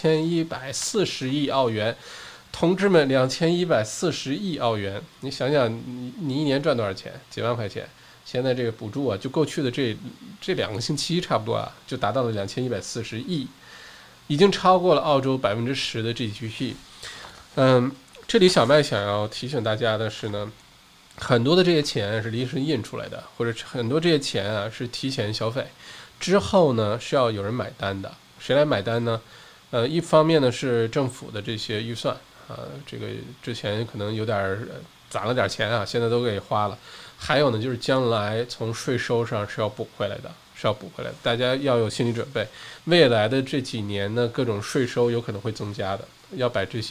2140亿澳元。同志们，2140亿澳元，你想想，你一年赚多少钱？几万块钱。现在这个补助啊，就过去的这2个星期差不多啊，就达到了2140亿，已经超过了澳洲10%的 GDP。这里小麦想要提醒大家的是呢，很多的这些钱是临时印出来的，或者很多这些钱啊是提前消费，之后呢是要有人买单的。谁来买单呢？一方面呢是政府的这些预算这个之前可能有点攒了点钱啊，现在都给花了。还有呢就是将来从税收上是要补回来的，大家要有心理准备，未来的这几年呢各种税收有可能会增加的，要把这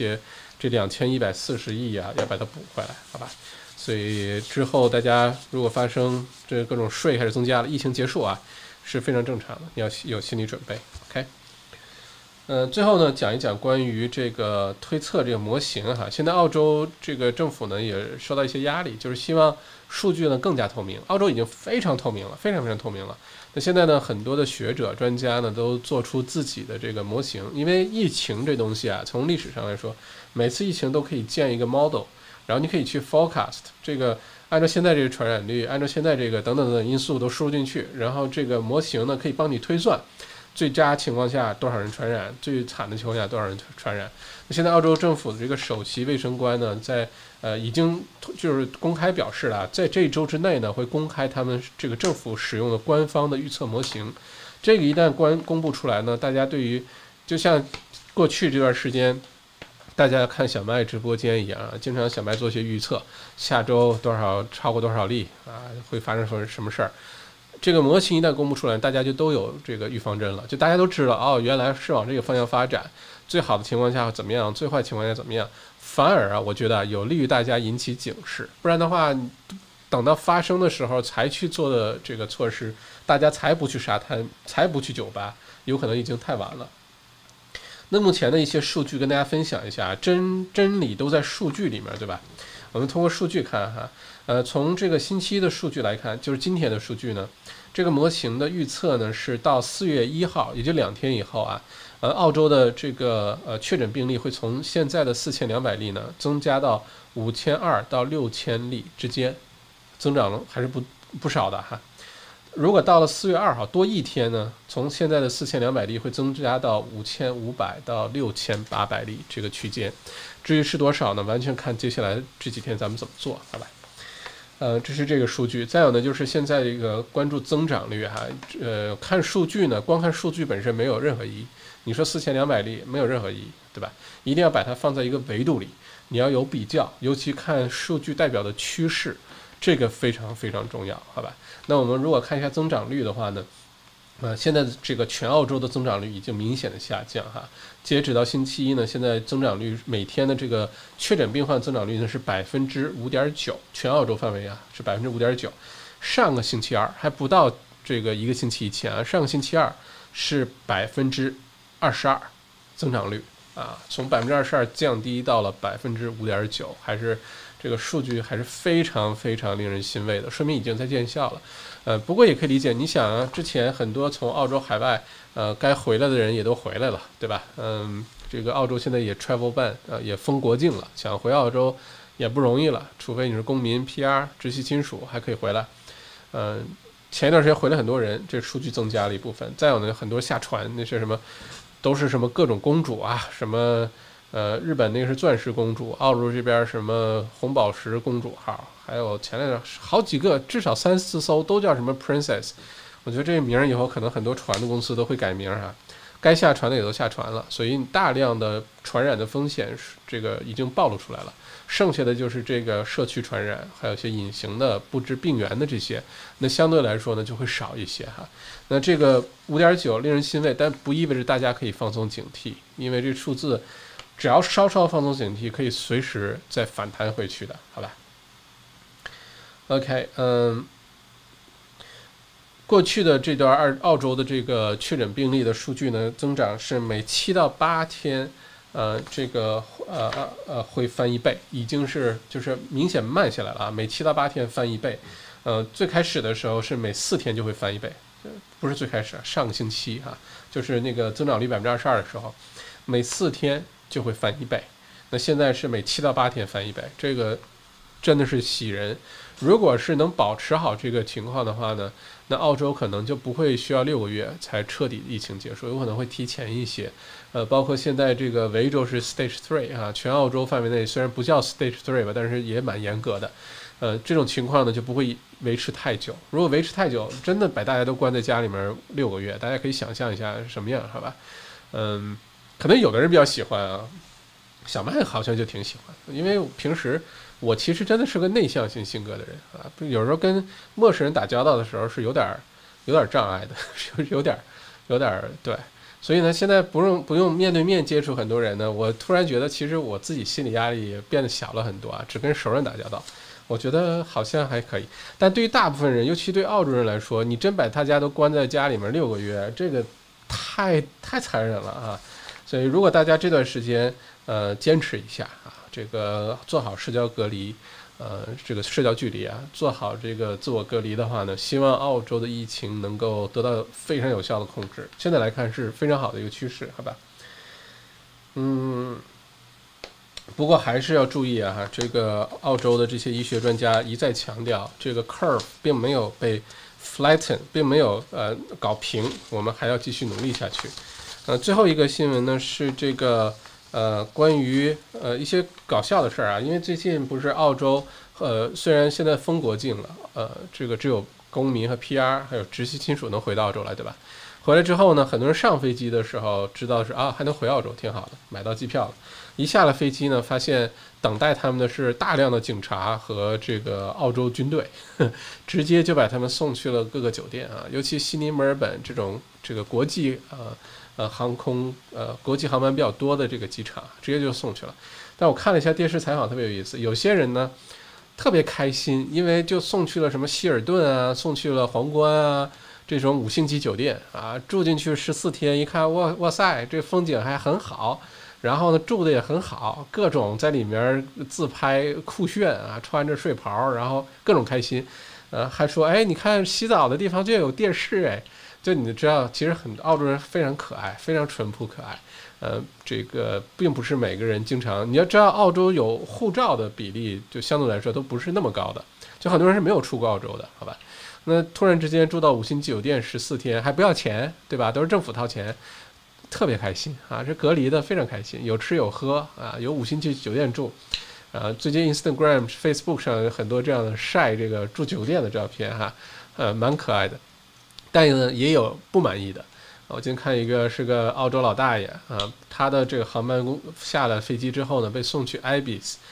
2140亿啊要把它补回来，好吧？所以之后大家如果发生这各种税还是增加了，疫情结束啊是非常正常的，你要有心理准备。 OK， 最后呢讲一讲关于这个推测这个模型哈。现在澳洲这个政府呢也受到一些压力，就是希望数据呢更加透明。澳洲已经非常透明了，非常非常透明了。那现在呢很多的学者专家呢都做出自己的这个模型，因为疫情这东西啊，从历史上来说，每次疫情都可以建一个 model， 然后你可以去 forecast 这个，按照现在这个传染率，按照现在这个等等等等因素都输入进去，然后这个模型呢可以帮你推算最佳情况下多少人传染，最惨的情况下多少人传染。那现在澳洲政府的这个首席卫生官呢，在已经就是公开表示了，在这一周之内呢会公开他们这个政府使用的官方的预测模型。这个一旦公布出来呢，大家对于就像过去这段时间大家看小麦直播间一样啊，经常小麦做些预测，下周超过多少例啊，会发生什么事儿。这个模型一旦公布出来，大家就都有这个预防针了，就大家都知道哦，原来是往这个方向发展，最好的情况下怎么样，最坏情况下怎么样。反而啊，我觉得有利于大家引起警示，不然的话，等到发生的时候才去做的这个措施，大家才不去沙滩，才不去酒吧，有可能已经太晚了。那目前的一些数据跟大家分享一下，真理都在数据里面，对吧？我们通过数据看哈，从这个星期的数据来看，就是今天的数据呢，这个模型的预测呢是到4月1号，也就2天以后啊，澳洲的这个确诊病例会从现在的4200例呢增加到5200到6000例之间，增长了还是不少的哈。如果到了4月2号多一天呢，从现在的4200例会增加到5500到6800例这个区间。至于是多少呢，完全看接下来这几天咱们怎么做，好吧？这是这个数据。再有呢，就是现在这个关注增长率哈，看数据呢，光看数据本身没有任何意义。你说4200例没有任何意义，对吧？一定要把它放在一个维度里，你要有比较，尤其看数据代表的趋势。 这个非常非常重要，好吧？那我们如果看一下增长率的话呢，现在这个全澳洲的增长率已经明显的下降哈。截止到星期一呢，现在增长率每天的这个确诊病患增长率呢是5.9%，全澳洲范围啊是5.9%。上个星期二还不到这个一个星期以前啊，上个星期二是22%增长率啊，从22%降低到了5.9%，还是这个数据还是非常非常令人欣慰的，说明已经在见效了。不过也可以理解，你想啊，之前很多从澳洲海外该回来的人也都回来了，对吧？这个澳洲现在也 travel ban 也封国境了，想回澳洲也不容易了，除非你是公民、PR、直系亲属还可以回来。前一段时间回来很多人，这数据增加了一部分。再有呢，很多下船那是什么，都是什么各种公主啊，什么日本那个是钻石公主，澳洲这边什么红宝石公主号，还有前两好几个，至少3-4艘都叫什么 princess。我觉得这个名以后可能很多船的公司都会改名啊，该下船的也都下船了，所以大量的传染的风险这个已经暴露出来了。剩下的就是这个社区传染，还有一些隐形的不知病源的这些，那相对来说呢就会少一些哈。那这个5.9令人欣慰，但不意味着大家可以放松警惕，因为这数字只要稍稍放松警惕，可以随时再反弹回去的，好吧 ？OK， 过去的这段澳洲的这个确诊病例的数据呢，增长是每7到8天。这个会翻1倍，已经是就是明显慢下来了啊，每7到8天翻1倍。最开始的时候是每4天就会翻1倍，不是最开始，上个星期哈，就是那个增长率22%的时候，每4天就会翻1倍。那现在是每7到8天翻1倍，这个真的是喜人。如果是能保持好这个情况的话呢，那澳洲可能就不会需要6个月才彻底疫情结束，有可能会提前一些。包括现在这个维州是 Stage 3啊，全澳洲范围内虽然不叫 Stage 3吧，但是也蛮严格的。这种情况呢就不会维持太久。如果维持太久，真的把大家都关在家里面6个月，大家可以想象一下什么样，好吧？可能有的人比较喜欢啊，小麦好像就挺喜欢，因为平时我其实真的是个内向型性格的人啊，有时候跟陌生人打交道的时候是有点障碍的，有点对。所以呢，现在不用面对面接触很多人呢，我突然觉得其实我自己心理压力也变得小了很多啊，只跟熟人打交道，我觉得好像还可以。但对于大部分人，尤其对澳洲人来说，你真把大家都关在家里面6个月，这个太残忍了啊！所以如果大家这段时间坚持一下啊，这个做好社交隔离。这个社交距离啊，做好这个自我隔离的话呢，希望澳洲的疫情能够得到非常有效的控制。现在来看是非常好的一个趋势，好吧？不过还是要注意啊，这个澳洲的这些医学专家一再强调，这个 curve 并没有被 flatten， 并没有搞平，我们还要继续努力下去。最后一个新闻呢是这个。关于一些搞笑的事儿啊，因为最近不是澳洲虽然现在封国境了，这个只有公民和 PR 还有直系亲属能回到澳洲来，对吧？回来之后呢，很多人上飞机的时候知道是还能回澳洲，挺好的，买到机票了。一下了飞机呢，发现等待他们的是大量的警察和这个澳洲军队，直接就把他们送去了各个酒店啊，尤其悉尼、墨尔本这个国际航空国际航班比较多的这个机场，直接就送去了。但我看了一下电视采访，特别有意思，有些人呢特别开心，因为就送去了什么希尔顿啊，送去了皇冠啊，这种5星级酒店啊，住进去14天，一看哇塞，这风景还很好，然后呢住的也很好，各种在里面自拍酷炫啊，穿着睡袍，然后各种开心，还说你看洗澡的地方就有电视就你知道，其实澳洲人非常可爱，非常淳朴可爱。这个并不是每个人经常，你要知道，澳洲有护照的比例就相对来说都不是那么高的，就很多人是没有出过澳洲的，好吧？那突然之间住到5星级酒店14天还不要钱，对吧？都是政府掏钱，特别开心啊！这隔离的非常开心，有吃有喝啊，有5星级酒店住。最近 Instagram、Facebook 上有很多这样的晒这个住酒店的照片哈，蛮可爱的。但呢，也有不满意的。我今天看一个是个澳洲老大爷他的这个航班下了飞机之后呢，被送去 Ibis，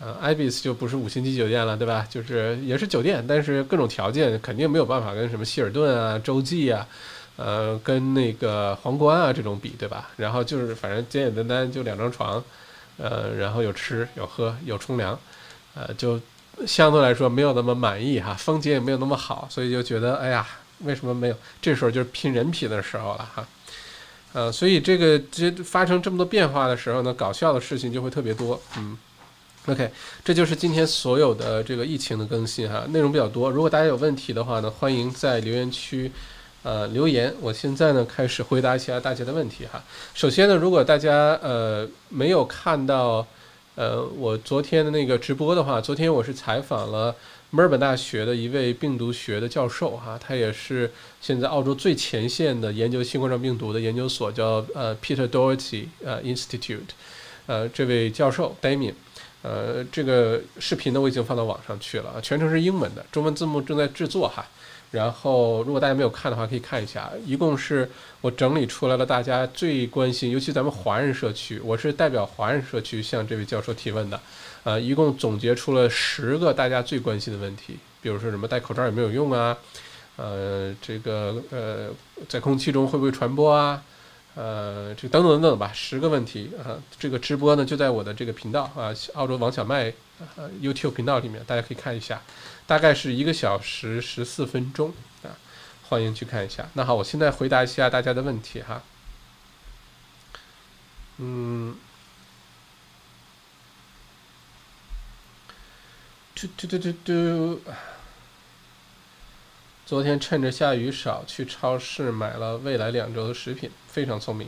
，Ibis 就不是5星级酒店了，对吧？就是也是酒店，但是各种条件肯定没有办法跟什么希尔顿啊、洲际啊，跟那个皇冠啊这种比，对吧？然后就是反正简简单单就2张床，然后有吃有喝有冲凉，就相对来说没有那么满意哈，风景也没有那么好，所以就觉得哎呀，为什么没有？这时候就是拼人品的时候了哈。所以这发生这么多变化的时候呢，搞笑的事情就会特别多。OK， 这就是今天所有的这个疫情的更新哈，内容比较多。如果大家有问题的话呢，欢迎在留言区留言。我现在呢开始回答一下大家的问题哈。首先呢，如果大家没有看到我昨天的那个直播的话，昨天我是采访了墨尔本大学的一位病毒学的教授哈，他也是现在澳洲最前线的研究新冠状病毒的研究所，叫Peter Doherty Institute， 这位教授 Damien。这个视频呢我已经放到网上去了，全程是英文的，中文字幕正在制作哈。然后如果大家没有看的话，可以看一下，一共是我整理出来了大家最关心，尤其咱们华人社区，我是代表华人社区向这位教授提问的，一共总结出了10个大家最关心的问题，比如说什么戴口罩有没有用啊，这个在空气中会不会传播啊，这等等等等吧，10个问题啊。这个直播呢就在我的这个频道啊，澳洲王小麦YouTube 频道里面，大家可以看一下，大概是1个小时14分钟啊，欢迎去看一下。那好，我现在回答一下大家的问题哈。昨天趁着下雨少去超市买了未来2周的食品，非常聪明。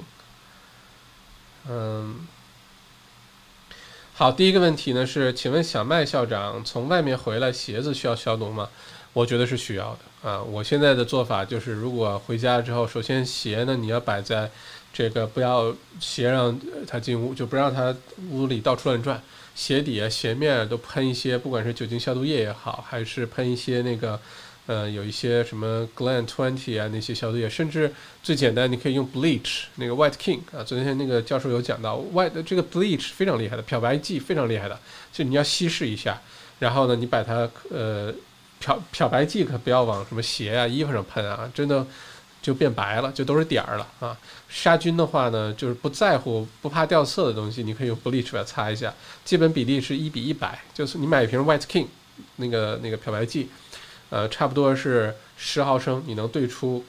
好，第一个问题呢是，请问小麦校长从外面回来鞋子需要消毒吗？我觉得是需要的啊。我现在的做法就是，如果回家之后，首先鞋呢你要摆在这个不要鞋让它进屋，就不让它屋里到处乱转，鞋底啊鞋面都喷一些，不管是酒精消毒液也好，还是喷一些那个有一些什么 Glen 20啊那些消毒液，甚至最简单你可以用 bleach 那个 White King 啊，昨天那个教授有讲到 White 这个 bleach 非常厉害的，漂白剂非常厉害的，就你要稀释一下，然后呢你把它漂白剂可不要往什么鞋啊衣服上喷啊，真的就变白了，就都是点儿了啊。杀菌的话呢，就是不在乎不怕掉色的东西，你可以用 bleach 把它擦一下，基本比例是1:100，就是你买一瓶 White King 那个漂白剂。差不多是10毫升，你能兑出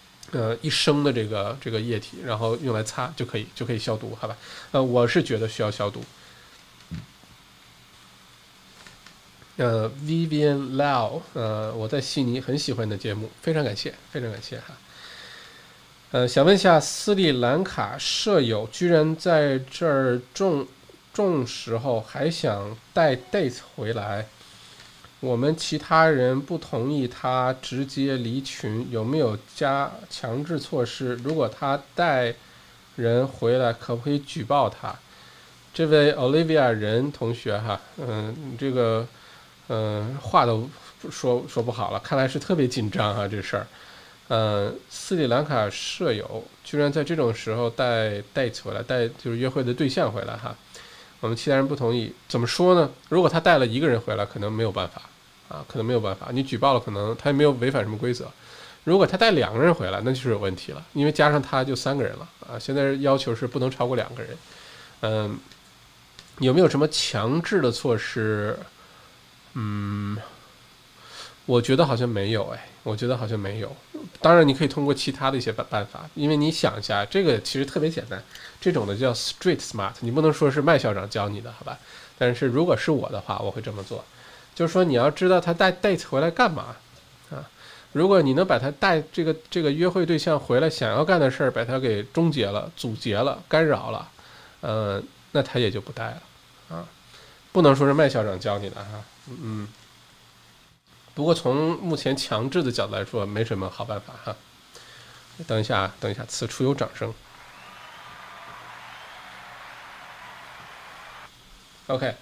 1升的这个液体，然后用来擦就可以消毒，好吧？我是觉得需要消毒。Vivian Lau， 我在悉尼很喜欢你的节目，非常感谢，非常感谢哈。想问一下，斯里兰卡舍友居然在这儿种时候还想带 date 回来。我们其他人不同意他直接离群，有没有强制措施？如果他带人回来，可不可以举报他？这位 Olivia 任同学哈，这个话都说不好了，看来是特别紧张哈这事儿。斯里兰卡舍友居然在这种时候带 date 回来，带就是约会的对象回来哈。我们其他人不同意，怎么说呢？如果他带了1个人回来，可能没有办法。可能没有办法，你举报了，可能他也没有违反什么规则。如果他带2个人回来，那就是有问题了，因为加上他就3个人了啊。现在要求是不能超过2个人。有没有什么强制的措施？我觉得好像没有，我觉得好像没有。当然，你可以通过其他的一些办法，因为你想一下，这个其实特别简单，这种的叫 street smart， 你不能说是麦校长教你的，好吧？但是如果是我的话，我会这么做。就是说，你要知道他带 date 回来干嘛啊？如果你能把他带这个约会对象回来想要干的事儿，把他给终结了、阻截了、干扰了，那他也就不带了啊。不能说是麦校长教你的哈，不过从目前强制的角度来说，没什么好办法哈。等一下，此处有掌声。OK，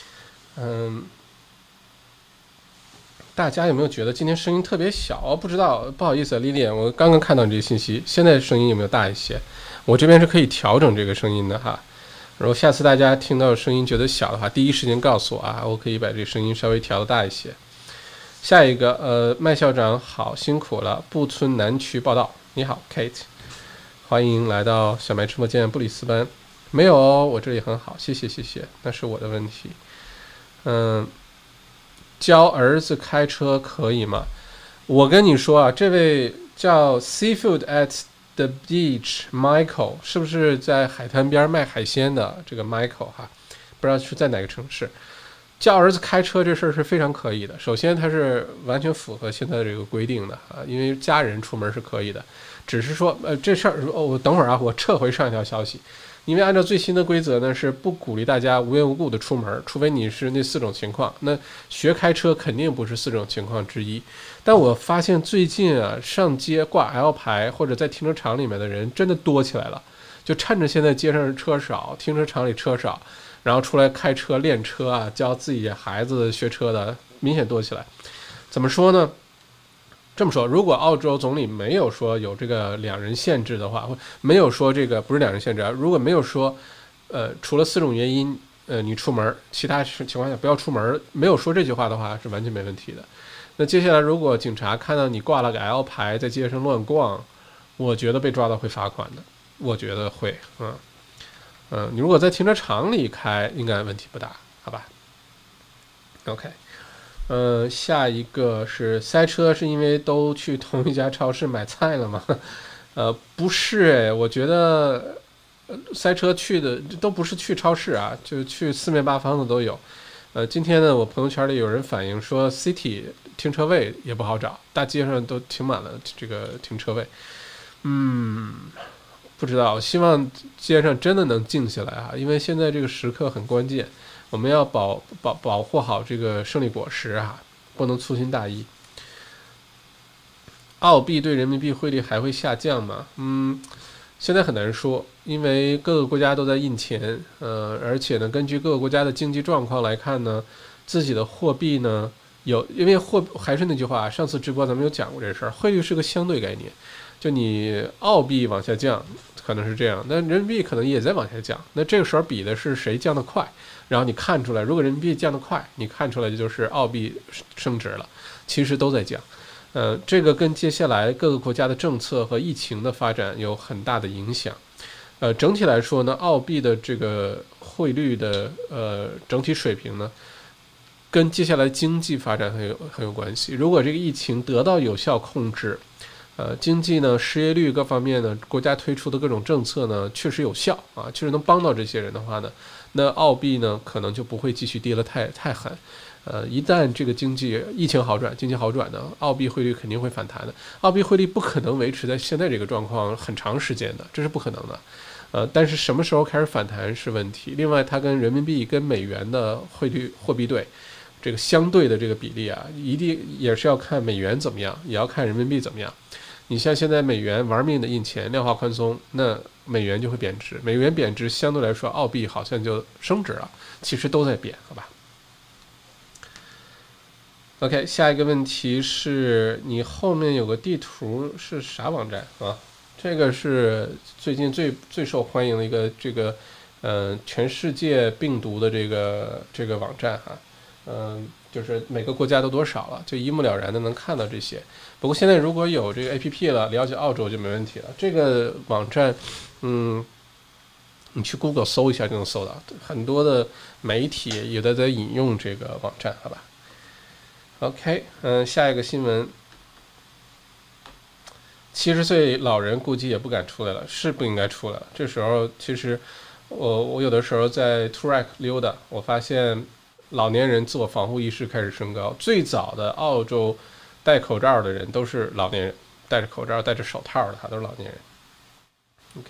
大家有没有觉得今天声音特别小？不知道，不好意思，Lilian，我刚刚看到你这个信息，现在声音有没有大一些？我这边是可以调整这个声音的哈。 如果下次大家听到声音觉得小的话，第一时间告诉我啊，我可以把这声音稍微调得大一些。下一个，麦校长好，辛苦了，布村南区报道。你好 ，Kate， 欢迎来到小麦直播间布里斯班。没有哦，我这里很好，谢谢，那是我的问题。教儿子开车可以吗？我跟你说啊，这位叫 Seafood at the Beach Michael， 是不是在海滩边卖海鲜的这个 Michael 哈？不知道是在哪个城市。教儿子开车这事儿是非常可以的。首先，它是完全符合现在这个规定的啊，因为家人出门是可以的，只是说这事儿我等会儿啊，我撤回上一条消息。因为按照最新的规则呢，是不鼓励大家无缘无故的出门，除非你是那4种情况。那学开车肯定不是4种情况之一。但我发现最近啊，上街挂 L 牌或者在停车场里面的人真的多起来了。就趁着现在街上车少，停车场里车少，然后出来开车练车啊，教自己孩子学车的明显多起来。怎么说呢？这么说，如果澳洲总理没有说有这个2人限制的话，或没有说这个不是2人限制啊，如果没有说，除了4种原因，你出门，其他情况下不要出门，没有说这句话的话，是完全没问题的。那接下来，如果警察看到你挂了个 L 牌在街上乱逛，我觉得被抓到会罚款的，我觉得会，你如果在停车场里开，应该问题不大，好吧 ？OK。下一个是塞车，是因为都去同一家超市买菜了吗？不是，我觉得塞车去的都不是去超市啊，就去四面八方的都有。今天呢，我朋友圈里有人反映说 City 停车位也不好找，大街上都停满了这个停车位。不知道，希望街上真的能静下来啊，因为现在这个时刻很关键。我们要保护好这个胜利果实啊，不能粗心大意。澳币对人民币汇率还会下降吗？现在很难说，因为各个国家都在印钱，而且呢，根据各个国家的经济状况来看呢，自己的货币呢因为还是那句话，上次直播咱们有讲过这事儿，汇率是个相对概念，就你澳币往下降可能是这样，那人民币可能也在往下降，那这个时候比的是谁降得快。然后你看出来，如果人民币降得快，你看出来就是澳币升值了，其实都在降。这个跟接下来各个国家的政策和疫情的发展有很大的影响。整体来说呢，澳币的这个汇率的整体水平呢，跟接下来经济发展很有关系。如果这个疫情得到有效控制，经济呢，失业率各方面呢，国家推出的各种政策呢，确实有效啊，确实能帮到这些人的话呢。那澳币呢，可能就不会继续跌得太狠。一旦这个经情好转呢，澳币汇率肯定会反弹的。澳币汇率不可能维持在现在这个状况很长时间的，这是不可能的。但是什么时候开始反弹是问题。另外，它跟人民币跟美元的货币对这个相对的这个比例啊，一定也是要看美元怎么样，也要看人民币怎么样。你像现在美元玩命的印钱，量化宽松，那美元就会贬值。美元贬值，相对来说，澳币好像就升值了。其实都在贬，好吧 ？OK， 下一个问题是你后面有个地图是啥网站啊？这个是最近最受欢迎的一个全世界病毒的这个网站哈。就是每个国家都多少了，就一目了然的能看到这些。不过现在如果有这个 APP 了，了解澳洲就没问题了。这个网站，你去 Google 搜一下就能搜到，很多的媒体也在引用这个网站，好吧 ？OK， 下一个新闻，70岁老人估计也不敢出来了，是不应该出来了。这时候其实我有的时候在 Toorak 溜达，我发现老年人自我防护意识开始升高。最早的澳洲戴口罩的人都是老年人，戴着口罩戴着手套的都是老年人。OK。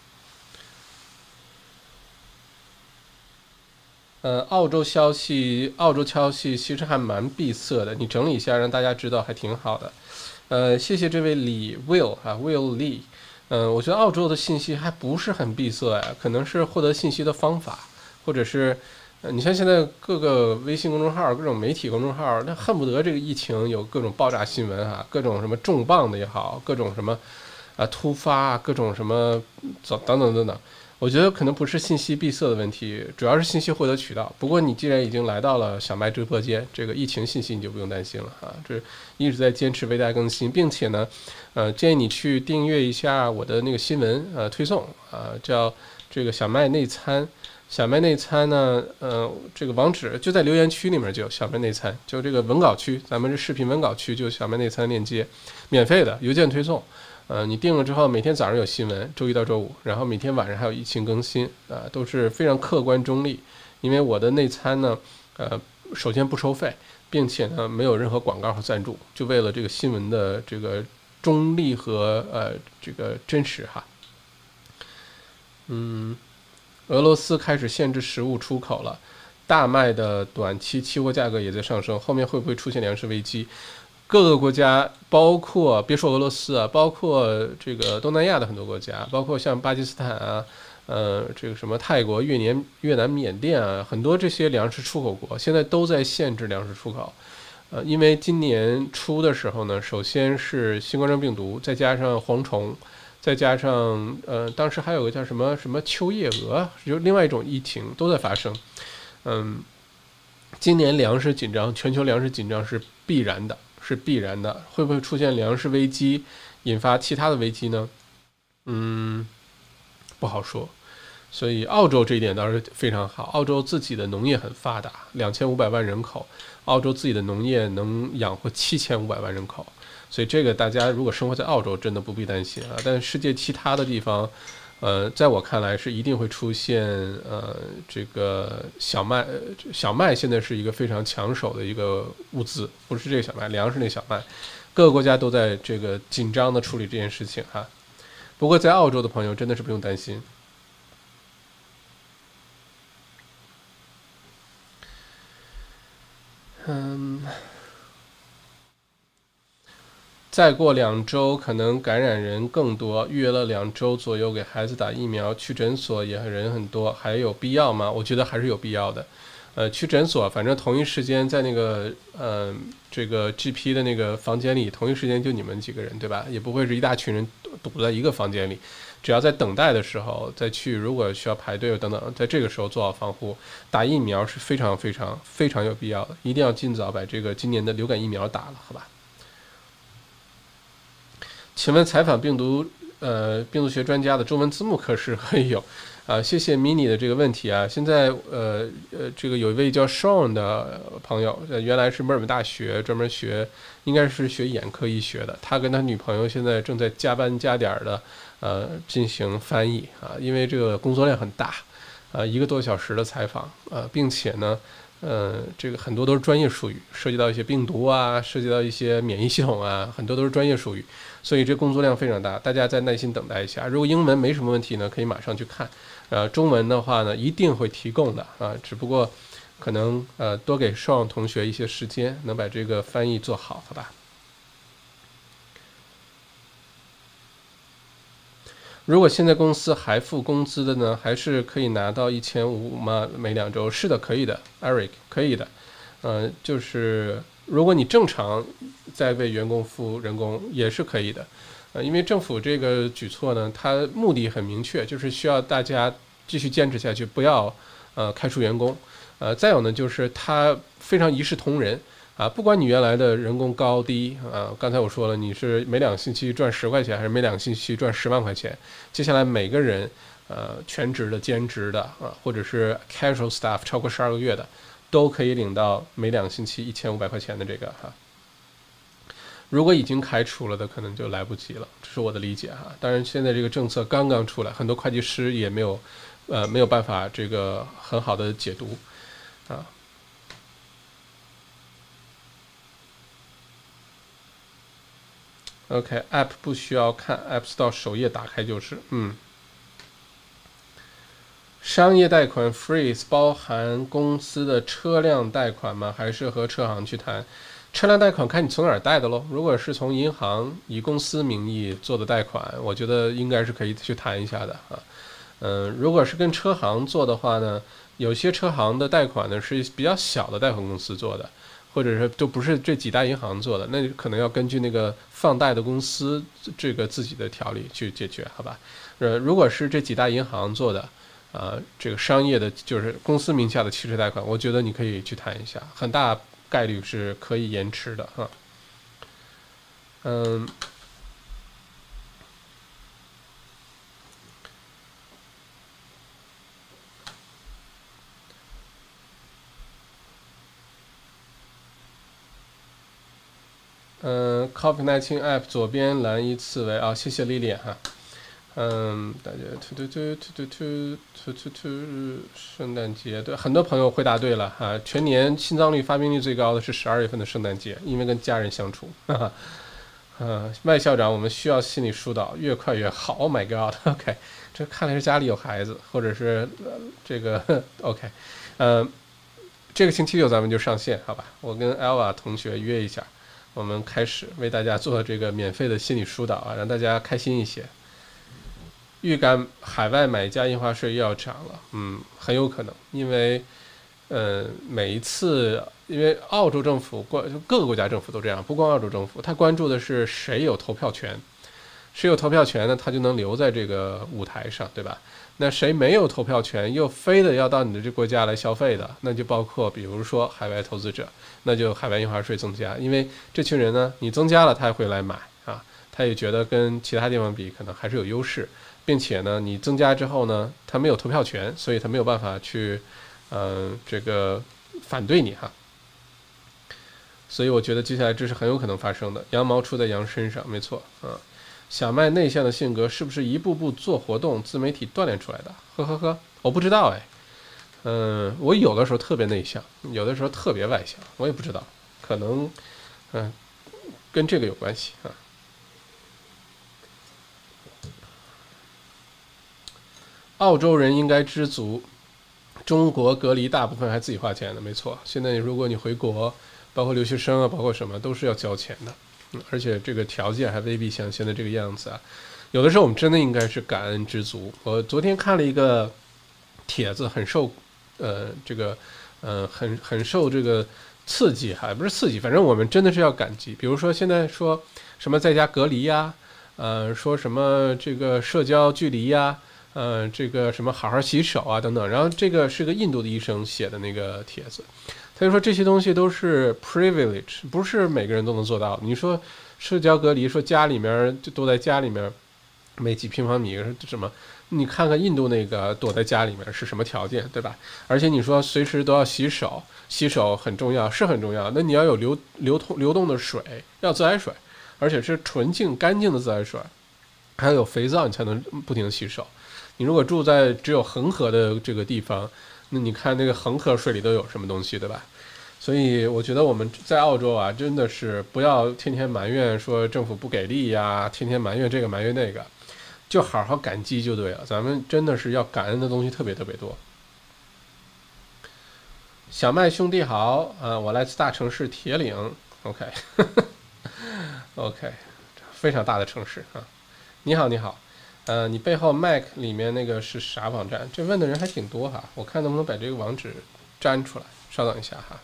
澳洲消息其实还蛮闭塞的，你整理一下让大家知道还挺好的。谢谢这位李 Will Lee。我觉得澳洲的信息还不是很闭塞呀，可能是获得信息的方法，或者是你像现在各个微信公众号、各种媒体公众号，那恨不得这个疫情有各种爆炸新闻啊，各种什么重磅的也好，各种什么突发，各种什么等等。 我觉得可能不是信息闭塞的问题，主要是信息获得渠道。不过你既然已经来到了小麦直播间，这个疫情信息你就不用担心了啊，这一直在坚持为大家更新，并且呢，建议你去订阅一下我的那个新闻推送叫这个小麦内参。小麦内参呢，这个网址就在留言区里面就有小麦内参，就这个文稿区，咱们这视频文稿区就有小麦内参链接，免费的邮件推送。你订了之后，每天早上有新闻，周一到周五，然后每天晚上还有疫情更新都是非常客观中立。因为我的内参呢，首先不收费，并且呢没有任何广告和赞助，就为了这个新闻的这个中立和这个真实哈。俄罗斯开始限制食物出口了，大麦的短期期货价格也在上升，后面会不会出现粮食危机？各个国家，包括别说俄罗斯啊，包括这个东南亚的很多国家，包括像巴基斯坦啊，这个什么泰国、越南、缅甸啊，很多这些粮食出口国现在都在限制粮食出口。因为今年初的时候呢，首先是新冠状病毒，再加上蝗虫，再加上当时还有个叫什么秋叶蛾，就另外一种疫情都在发生。今年粮食紧张，全球粮食紧张是必然的。会不会出现粮食危机，引发其他的危机呢？不好说。所以澳洲这一点倒是非常好，澳洲自己的农业很发达，2500万人口，澳洲自己的农业能养活7500万人口，所以这个大家如果生活在澳洲，真的不必担心啊。但世界其他的地方，在我看来是一定会出现这个小麦现在是一个非常抢手的一个物资，不是这个小麦，粮食那小麦，各个国家都在这个紧张的处理这件事情哈。不过在澳洲的朋友真的是不用担心。再过2周可能感染人更多，预约了2周左右给孩子打疫苗，去诊所也人很多，还有必要吗？我觉得还是有必要的。去诊所，反正同一时间在那个这个 GP 的那个房间里，同一时间就你们几个人，对吧？也不会是一大群人堵在一个房间里。只要在等待的时候再去，如果需要排队等等，在这个时候做好防护，打疫苗是非常非常非常有必要的，一定要尽早把这个今年的流感疫苗打了，好吧？请问采访病毒学专家的中文字幕可是可以有谢谢 mini 的这个问题啊。现在这个有一位叫 Sean 的朋友，原来是墨尔本大学专门学，应该是学眼科医学的，他跟他女朋友现在正在加班加点的进行翻译因为这个工作量很大1个多小时的采访并且呢这个很多都是专业术语，涉及到一些病毒啊，涉及到一些免疫系统啊，很多都是专业术语，所以这工作量非常大，大家再耐心等待一下。如果英文没什么问题呢，可以马上去看。中文的话呢，一定会提供的只不过可能多给Sean同学一些时间，能把这个翻译做好，好吧？如果现在公司还付工资的呢，还是可以拿到1500吗？每2周？是的，可以的 ，Eric， 可以的。就是如果你正常在为员工付人工，也是可以的。因为政府这个举措呢，它目的很明确，就是需要大家继续坚持下去，不要开除员工。再有呢，就是它非常一视同仁。不管你原来的人工高低刚才我说了，你是每2个星期赚10块钱，还是每2个星期赚10万块钱？接下来每个人，全职的、兼职的或者是 casual staff 超过12个月的，都可以领到每2个星期1500块钱的这个如果已经开除了的，可能就来不及了，这是我的理解当然，现在这个政策刚刚出来，很多会计师也没有办法这个很好的解读OK，App 不需要看 ，App Store 首页打开就是。商业贷款 freeze 包含公司的车辆贷款吗？还是和车行去谈？车辆贷款看你从哪儿贷的咯。如果是从银行以公司名义做的贷款，我觉得应该是可以去谈一下的如果是跟车行做的话呢，有些车行的贷款呢是比较小的贷款公司做的。或者是就不是这几大银行做的，那可能要根据那个放贷的公司这个自己的条例去解决，好吧？ 如果是这几大银行做的，这个商业的，就是公司名下的汽车贷款，我觉得你可以去谈一下，很大概率是可以延迟的哈。Covid-19 App 左边蓝一次为谢谢丽丽哈。大家圣诞节，对，很多朋友回答对了哈。全年心脏率、发病率最高的是12月份的圣诞节，因为跟家人相处。哈哈，麦校长，我们需要心理疏导，越快越好。Oh my god，OK， 这看来是家里有孩子，或者是这个 OK，这个星期六咱们就上线，好吧？我跟 Elva 同学约一下，我们开始为大家做这个免费的心理疏导啊，让大家开心一些。预感海外买家印花税又要涨了，很有可能，因为，每一次，因为澳洲政府各个国家政府都这样，不光澳洲政府，他关注的是谁有投票权，谁有投票权呢，他就能留在这个舞台上，对吧？那谁没有投票权，又非得要到你的这国家来消费的，那就包括比如说海外投资者，那就海外印花税增加，因为这群人呢，你增加了，他也会来买啊，他也觉得跟其他地方比，可能还是有优势。并且呢，你增加之后呢，他没有投票权，所以他没有办法去，这个反对你哈。所以我觉得接下来这是很有可能发生的，羊毛出在羊身上，没错啊。小麦内向的性格是不是一步步做活动、自媒体锻炼出来的？呵呵呵，我不知道哎。我有的时候特别内向，有的时候特别外向，我也不知道，可能跟这个有关系啊。澳洲人应该知足，中国隔离大部分还自己花钱的，没错。现在如果你回国，包括留学生啊，包括什么都是要交钱的，而且这个条件还未必像现在这个样子啊。有的时候我们真的应该是感恩知足。我昨天看了一个帖子，很受很受这个刺激，还不是刺激，反正我们真的是要感激。比如说现在说什么在家隔离呀，说什么这个社交距离呀。这个什么好好洗手啊等等，然后这个是个印度的医生写的那个帖子，他就说这些东西都是 privilege， 不是每个人都能做到的。你说社交隔离，说家里面就都在家里面，没几平方米什么，你看看印度那个躲在家里面是什么条件，对吧？而且你说随时都要洗手，洗手很重要，是很重要。那你要有流动的水，要自来水，而且是纯净干净的自来水，还要有肥皂，你才能不停的洗手。你如果住在只有恒河的这个地方，那你看那个恒河水里都有什么东西，对吧？所以我觉得我们在澳洲啊，真的是不要天天埋怨说政府不给力呀，天天埋怨这个埋怨那个，就好好感激就对了。咱们真的是要感恩的东西特别特别多。小麦兄弟好啊，我来自大城市铁岭 ，OK， OK， 非常大的城市啊。你好，你好。你背后 Mac 里面那个是啥网站？这问的人还挺多哈，我看能不能把这个网址粘出来。稍等一下哈。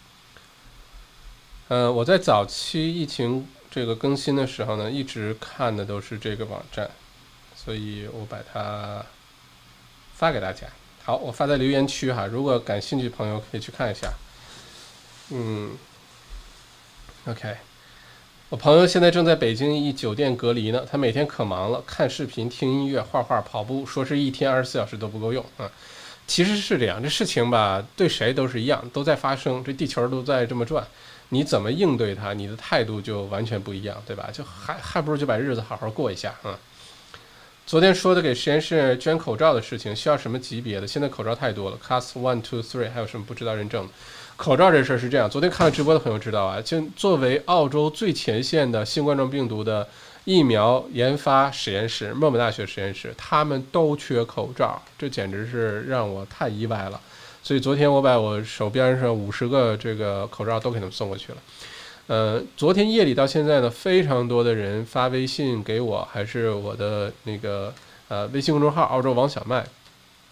我在早期疫情这个更新的时候呢，一直看的都是这个网站，所以我把它发给大家。好，我发在留言区哈，如果感兴趣的朋友可以去看一下。OK。我朋友现在正在北京一酒店隔离呢，他每天可忙了，看视频、听音乐、画画、跑步，说是一天24小时都不够用啊。其实是这样，这事情吧，对谁都是一样，都在发生，这地球都在这么转，你怎么应对它，你的态度就完全不一样，对吧？就还不如就把日子好好过一下啊。昨天说的给实验室捐口罩的事情，需要什么级别的？现在口罩太多了 ，Class 1、2、3，还有什么不知道认证的？口罩这事儿是这样，昨天看了直播的朋友知道啊，就作为澳洲最前线的新冠状病毒的疫苗研发实验室，墨尔本大学实验室，他们都缺口罩，这简直是让我太意外了。所以昨天我把我手边上50个这个口罩都给他们送过去了。昨天夜里到现在呢，非常多的人发微信给我，还是我的那个微信公众号澳洲王小麦。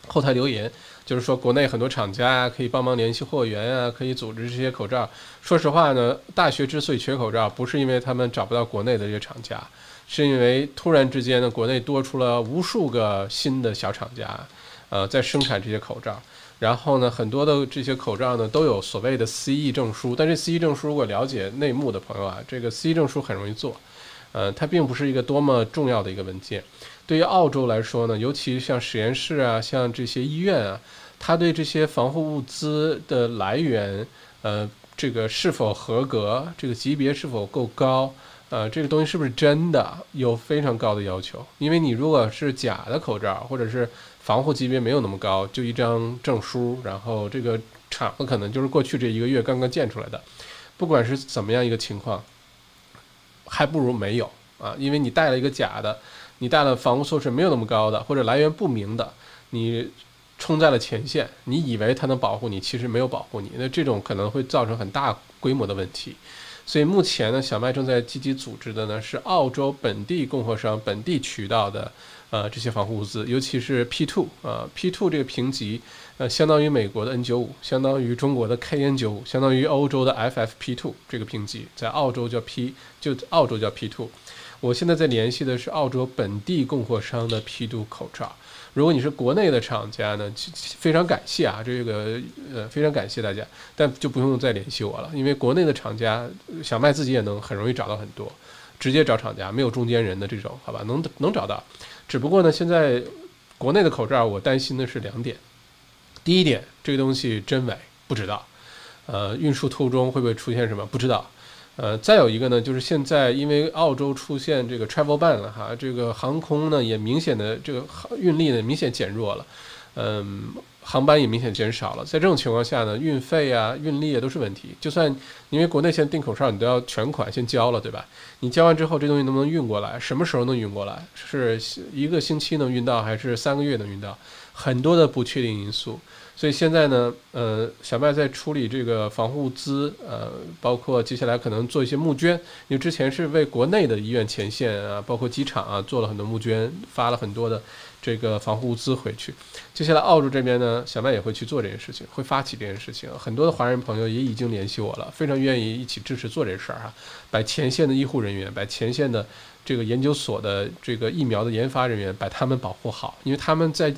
后台留言，就是说国内很多厂家啊可以帮忙联系货源啊，可以组织这些口罩。说实话呢，大学之所以缺口罩，不是因为他们找不到国内的这些厂家，是因为突然之间呢，国内多出了无数个新的小厂家，在生产这些口罩。然后呢，很多的这些口罩呢都有所谓的 CE 证书，但是 CE 证书如果了解内幕的朋友啊，这个 CE 证书很容易做，它并不是一个多么重要的一个文件。对于澳洲来说呢，尤其像实验室啊，像这些医院啊，它对这些防护物资的来源，这个是否合格，这个级别是否够高，这个东西是不是真的，有非常高的要求。因为你如果是假的口罩，或者是防护级别没有那么高，就一张证书，然后这个厂子可能就是过去这1个月刚刚建出来的，不管是怎么样一个情况，还不如没有啊，因为你带了一个假的，你带了防护措施没有那么高的，或者来源不明的，你冲在了前线，你以为它能保护你，其实没有保护你，那这种可能会造成很大规模的问题。所以目前呢，小麦正在积极组织的呢是澳洲本地供货商、本地渠道的这些防护物资，尤其是 P2 P2 这个评级相当于美国的 N95，相当于中国的 KN95，相当于欧洲的 FFP2 这个评级，在澳洲叫 澳洲叫 P2。我现在在联系的是澳洲本地供货商的 P2 口罩。如果你是国内的厂家呢，非常感谢啊，这个非常感谢大家，但就不用再联系我了，因为国内的厂家小麦自己也能很容易找到很多，直接找厂家，没有中间人的这种，好吧，能找到。只不过呢，现在国内的口罩我担心的是2点，第一点，这个东西真伪不知道，运输途中会不会出现什么不知道。再有一个呢，就是现在因为澳洲出现这个 travel ban 了哈，这个航空呢也明显的这个运力呢明显减弱了，航班也明显减少了。在这种情况下呢，运费啊、运力啊都是问题。就算因为国内现在订口罩，你都要全款先交了，对吧？你交完之后，这东西能不能运过来？什么时候能运过来？是1个星期能运到，还是3个月能运到？很多的不确定因素。所以现在呢，小麦在处理这个防护物资，包括接下来可能做一些募捐，因为之前是为国内的医院前线啊，包括机场啊做了很多募捐，发了很多的这个防护物资回去。接下来澳洲这边呢，小麦也会去做这件事情，会发起这件事情。很多的华人朋友也已经联系我了，非常愿意一起支持做这事儿哈，把前线的医护人员，把前线的这个研究所的这个疫苗的研发人员，把他们保护好，因为他们在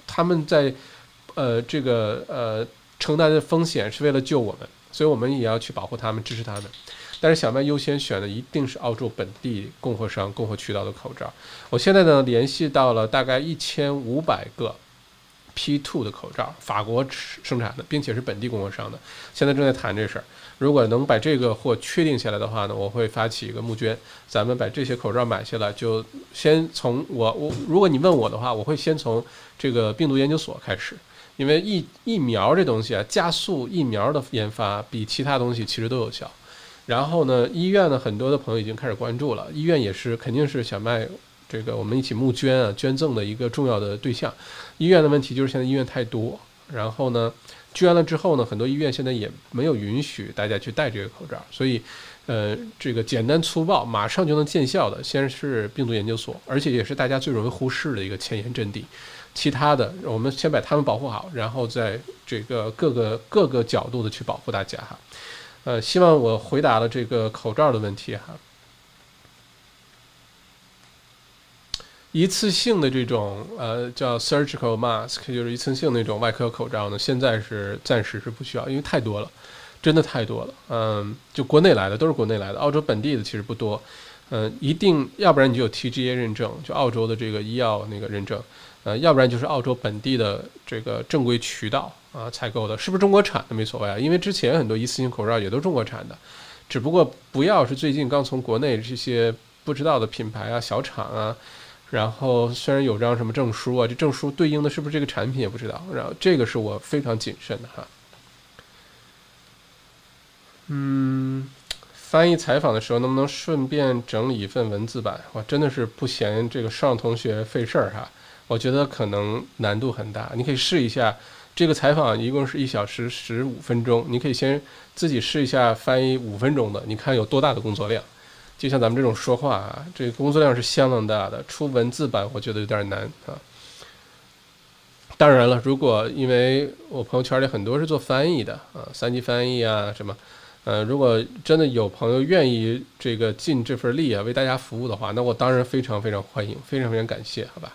承担的风险是为了救我们，所以我们也要去保护他们，支持他们。但是小麦优先选的一定是澳洲本地供货商、供货渠道的口罩。我现在呢联系到了大概1500个 P2 的口罩，法国生产的，并且是本地供货商的。现在正在谈这事儿。如果能把这个货确定下来的话呢，我会发起一个募捐，咱们把这些口罩买下来，就先从如果你问我的话，我会先从这个病毒研究所开始。因为疫苗这东西啊，加速疫苗的研发比其他东西其实都有效。然后呢，医院呢，很多的朋友已经开始关注了，医院也是肯定是小麦这个我们一起募捐啊捐赠的一个重要的对象。医院的问题就是现在医院太多，然后呢，捐了之后呢，很多医院现在也没有允许大家去戴这个口罩，所以这个简单粗暴马上就能见效的，先是病毒研究所，而且也是大家最容易忽视的一个前沿阵地。其他的，我们先把他们保护好，然后在这个各个角度的去保护大家哈。希望我回答了这个口罩的问题哈。一次性的这种叫 surgical mask， 就是一次性那种外科口罩呢，现在是暂时是不需要，因为太多了，真的太多了。就国内来的都是国内来的，澳洲本地的其实不多。一定要不然你就有 TGA 认证，就澳洲的这个医药那个认证。要不然就是澳洲本地的这个正规渠道采购的，是不是中国产的没所谓啊，因为之前很多一次性口罩也都中国产的，只不过不要是最近刚从国内这些不知道的品牌啊、小厂啊，然后虽然有张什么证书啊，这证书对应的是不是这个产品也不知道，然后这个是我非常谨慎的哈。翻译采访的时候能不能顺便整理一份文字版？我真的是不嫌这个上同学费事儿哈。我觉得可能难度很大，你可以试一下。这个采访一共是1小时15分钟，你可以先自己试一下翻译5分钟的，你看有多大的工作量。就像咱们这种说话啊，这个工作量是相当大的，出文字版我觉得有点难啊。 当然了，如果因为我朋友圈里很多是做翻译的啊，3级翻译啊什么，如果真的有朋友愿意这个尽这份力啊，为大家服务的话，那我当然非常非常欢迎，非常非常感谢，好吧？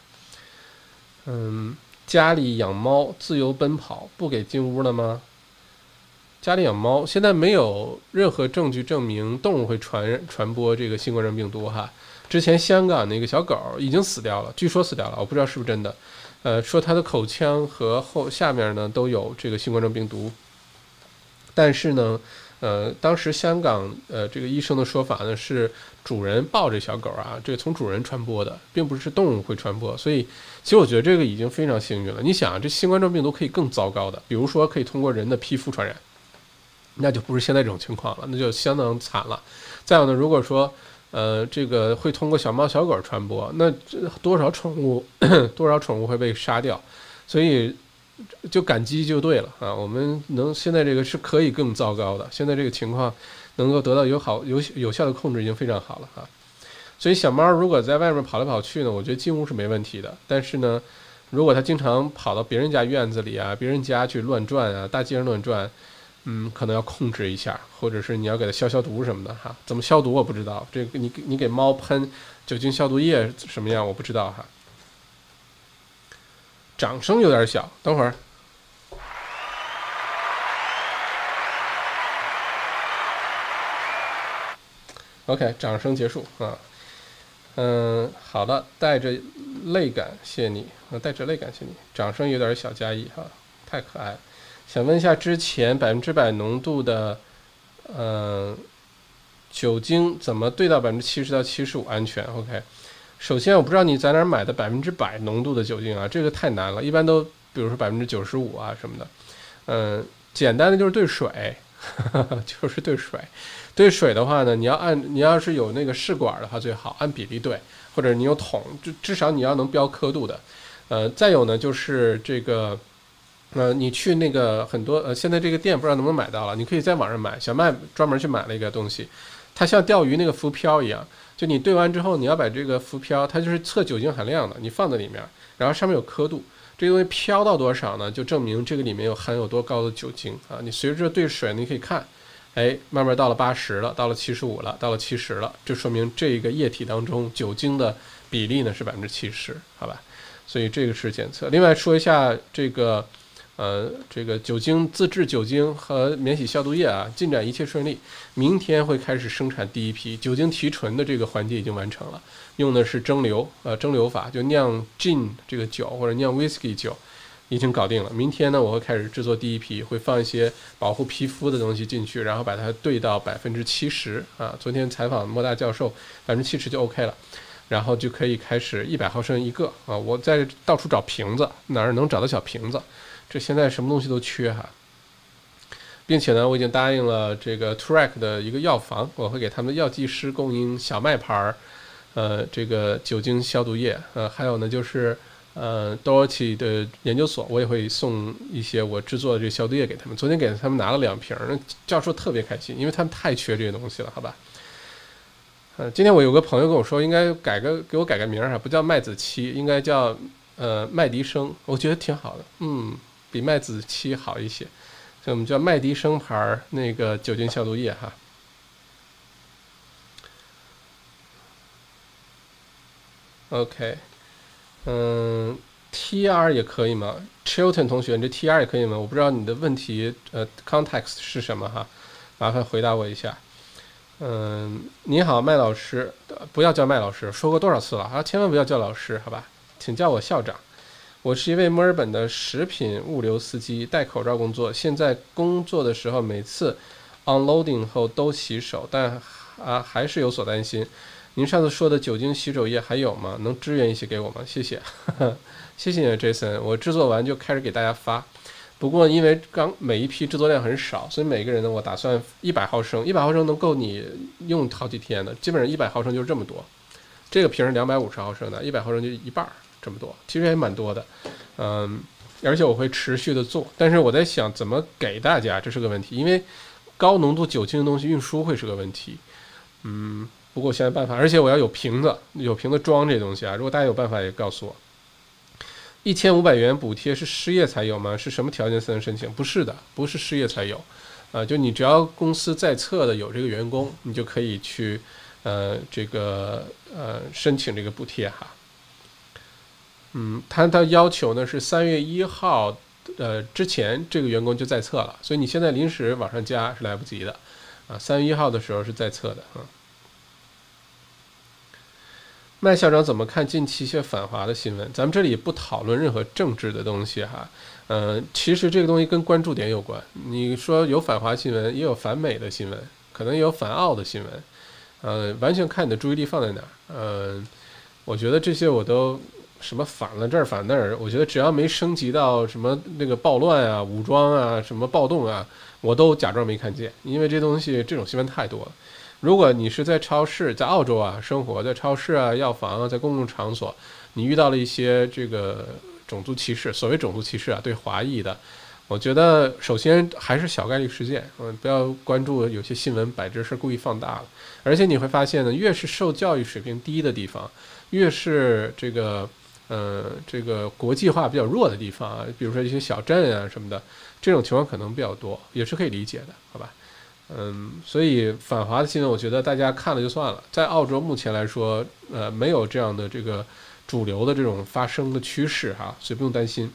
家里养猫自由奔跑，不给进屋了吗？家里养猫，现在没有任何证据证明动物会传播这个新冠状病毒哈。之前香港那个小狗已经死掉了，据说死掉了，我不知道是不是真的。说它的口腔和下面呢都有这个新冠状病毒，但是呢，当时香港这个医生的说法呢是主人抱着小狗啊，这个从主人传播的，并不是动物会传播。所以其实我觉得这个已经非常幸运了。你想，这新冠状病毒可以更糟糕的，比如说可以通过人的皮肤传染。那就不是现在这种情况了，那就相当惨了。再有呢，如果说这个会通过小猫小狗传播，那多少宠物会被杀掉，所以就感激就对了啊。我们现在这个是可以更糟糕的，现在这个情况能够得到有效的控制已经非常好了啊。所以小猫如果在外面跑来跑去呢，我觉得进屋是没问题的。但是呢，如果它经常跑到别人家院子里啊，别人家去乱转啊，大街上乱转。可能要控制一下，或者是你要给它消毒什么的哈。怎么消毒我不知道，这个你给猫喷酒精消毒液什么样我不知道哈。掌声有点小，等会儿。OK， 掌声结束啊。好了，带着泪感谢你，带着泪感谢你，掌声有点小加一哈，太可爱了。想问一下，之前100%浓度的，酒精怎么兑到70%到75%安全 ？OK， 首先我不知道你在哪儿买的100%浓度的酒精啊，这个太难了，一般都比如说95%啊什么的，简单的就是兑水，就是兑水。兑水的话呢，你要是有那个试管的话最好按比例兑，或者你有桶，就至少你要能标刻度的。再有呢就是这个。你去那个很多现在这个店不知道能不能买到了，你可以在网上买。小麦专门去买了一个东西，它像钓鱼那个浮漂一样，就你兑完之后，你要把这个浮漂，它就是测酒精含量的，你放在里面，然后上面有刻度，这个东西飘到多少呢，就证明这个里面含有多高的酒精啊。你随着兑水，你可以看，慢慢到了80了，到了75了，到了70了，这说明这个液体当中酒精的比例呢是70%，好吧？所以这个是检测。另外说一下这个。这个自制酒精和免洗消毒液啊，进展一切顺利。明天会开始生产第一批酒精提纯的这个环节已经完成了，用的是蒸馏法，就酿 gin 这个酒或者酿 whisky 酒已经搞定了。明天呢，我会开始制作第一批，会放一些保护皮肤的东西进去，然后把它兑到70%啊。昨天采访莫大教授，70%就 OK 了。然后就可以开始100毫升一个啊！我在到处找瓶子，哪儿能找到小瓶子？这现在什么东西都缺哈，并且呢，我已经答应了这个 Turek 的一个药房，我会给他们的药剂师供应小麦牌这个酒精消毒液，还有呢就是Dorothy 的研究所，我也会送一些我制作的这个消毒液给他们。昨天给他们拿了2瓶，教授特别开心，因为他们太缺这些东西了，好吧？今天我有个朋友跟我说，应该给我改个名儿不叫麦子七，应该叫麦迪生，我觉得挺好的，比麦子七好一些，所以我们叫麦迪生牌那个酒精消毒液哈。OK， TR 也可以吗 ？Chilton 同学，你这 TR 也可以吗？我不知道你的问题context 是什么哈，麻烦回答我一下。你好，麦老师，不要叫麦老师，说过多少次了啊？千万不要叫老师，好吧？请叫我校长。我是一位墨尔本的食品物流司机，戴口罩工作。现在工作的时候，每次 unloading 后都洗手，但还是有所担心。您上次说的酒精洗手液还有吗？能支援一些给我吗？谢谢，谢谢你 Jason。我制作完就开始给大家发。不过因为每一批制作量很少，所以每个人呢，我打算100毫升，100毫升能够你用好几天的，基本上100毫升就是这么多。这个瓶是250毫升的，100毫升就一半。这么多，其实也蛮多的，而且我会持续的做，但是我在想怎么给大家，这是个问题，因为高浓度酒精的东西运输会是个问题，不过我现在办法，而且我要有瓶子装这东西啊，如果大家有办法也告诉我。 1500元补贴是失业才有吗？是什么条件才能申请？不是的，不是失业才有，就你只要公司在册的有这个员工，你就可以去申请这个补贴哈。他的要求呢是3月1号之前这个员工就在册了，所以你现在临时往上加是来不及的3月1号的时候是在册的麦校长怎么看近期一些反华的新闻？咱们这里不讨论任何政治的东西哈。其实这个东西跟关注点有关。你说有反华新闻，也有反美的新闻，可能也有反澳的新闻。完全看你的注意力放在哪儿。我觉得这些我都什么反了这儿反那儿，我觉得只要没升级到什么那个暴乱啊、武装啊、什么暴动啊，我都假装没看见，因为这东西这种新闻太多了。如果你是在超市，在澳洲啊生活，在超市啊、药房啊、在公共场所，你遇到了一些这个种族歧视，所谓种族歧视啊，对华裔的，我觉得首先还是小概率事件，不要关注有些新闻把这事故意放大了。而且你会发现呢，越是受教育水平低的地方，越是这个国际化比较弱的地方啊，比如说一些小镇啊什么的，这种情况可能比较多，也是可以理解的，好吧？所以反华的新闻，我觉得大家看了就算了。在澳洲目前来说，没有这样的这个主流的这种发生的趋势哈，所以不用担心。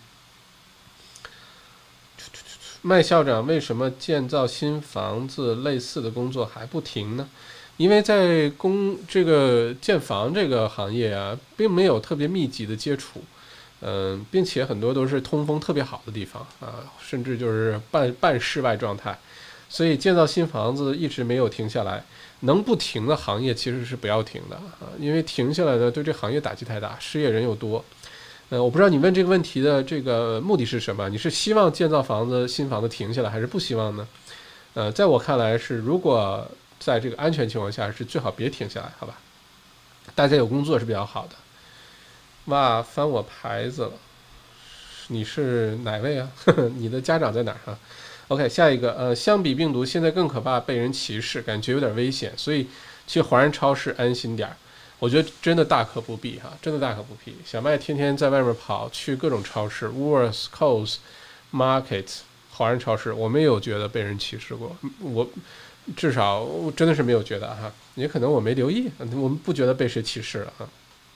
麦校长，为什么建造新房子类似的工作还不停呢？因为在这个建房这个行业啊，并没有特别密集的接触，并且很多都是通风特别好的地方啊，甚至就是半室外状态。所以建造新房子一直没有停下来，能不停的行业其实是不要停的啊，因为停下来呢对这行业打击太大，失业人又多。我不知道你问这个问题的这个目的是什么？你是希望建造新房子停下来，还是不希望呢？在我看来是，如果在这个安全情况下，是最好别停下来，好吧？大家有工作是比较好的。哇，翻我牌子了，你是哪位啊？你的家长在哪儿啊？OK， 下一个，相比病毒，现在更可怕，被人歧视，感觉有点危险，所以去华人超市安心点儿。我觉得真的大可不必哈，真的大可不必。小麦天天在外面跑，去各种超市 ，Woolworths、Coles、Market、华人超市，我没有觉得被人歧视过，我至少我真的是没有觉得哈，也可能我没留意，我们不觉得被谁歧视了哈。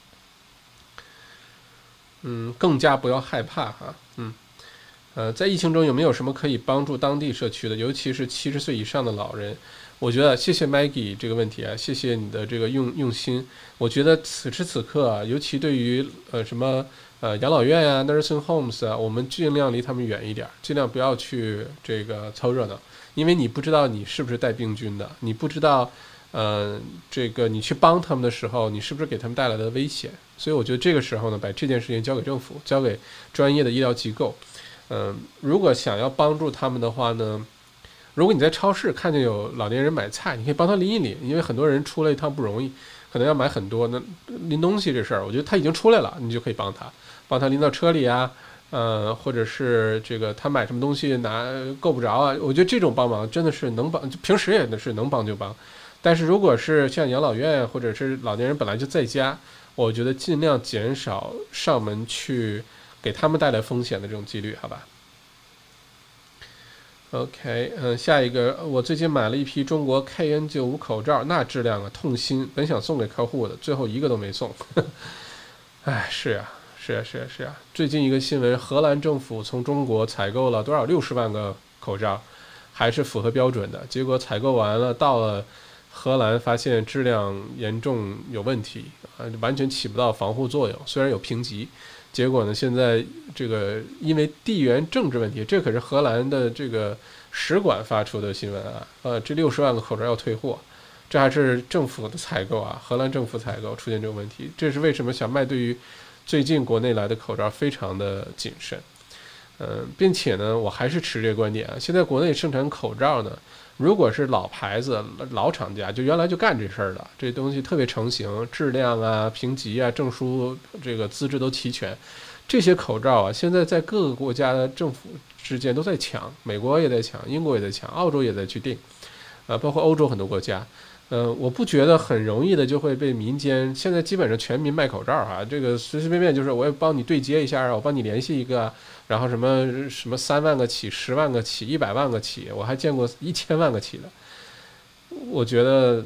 更加不要害怕哈，在疫情中有没有什么可以帮助当地社区的，尤其是70岁以上的老人？我觉得谢谢 Maggie 这个问题啊，谢谢你的这个用心。我觉得此时此刻啊，尤其对于养老院啊、nursing homes 啊，我们尽量离他们远一点，尽量不要去这个凑热闹，因为你不知道你是不是带病菌的，你不知道你去帮他们的时候，你是不是给他们带来的危险。所以我觉得这个时候呢，把这件事情交给政府，交给专业的医疗机构。如果想要帮助他们的话呢，如果你在超市看见有老年人买菜，你可以帮他拎一拎，因为很多人出来一趟不容易，可能要买很多。那拎东西这事儿，我觉得他已经出来了，你就可以帮他拎到车里啊，或者是这个他买什么东西够不着啊，我觉得这种帮忙真的是能帮，平时也是能帮就帮。但是如果是像养老院或者是老年人本来就在家，我觉得尽量减少上门去给他们带来风险的这种几率，好吧？ OK， 下一个，我最近买了一批中国 KN95 口罩，那质量啊，痛心，本想送给客户的，最后一个都没送。哎，是呀，最近一个新闻，荷兰政府从中国采购了多少60万个口罩，还是符合标准的，结果采购完了到了荷兰，发现质量严重有问题，完全起不到防护作用，虽然有评级。结果呢？现在这个因为地缘政治问题，这可是荷兰的这个使馆发出的新闻啊，这60万个口罩要退货，这还是政府的采购啊，荷兰政府采购出现这个问题，这是为什么小麦对于最近国内来的口罩非常的谨慎，并且呢，我还是持这个观点啊，现在国内生产口罩呢，如果是老牌子、老厂家，就原来就干这事儿的，这东西特别成型，质量啊、评级啊、证书这个资质都齐全。这些口罩啊，现在在各个国家的政府之间都在抢，美国也在抢，英国也在抢，澳洲也在去订，包括欧洲很多国家。 我不觉得很容易的就会被民间现在基本上全民卖口罩啊，这个随随便便就是我也帮你对接一下，我帮你联系一个，然后什么什么3万个起、10万个起、100万个起，我还见过1000万个起的。我觉得，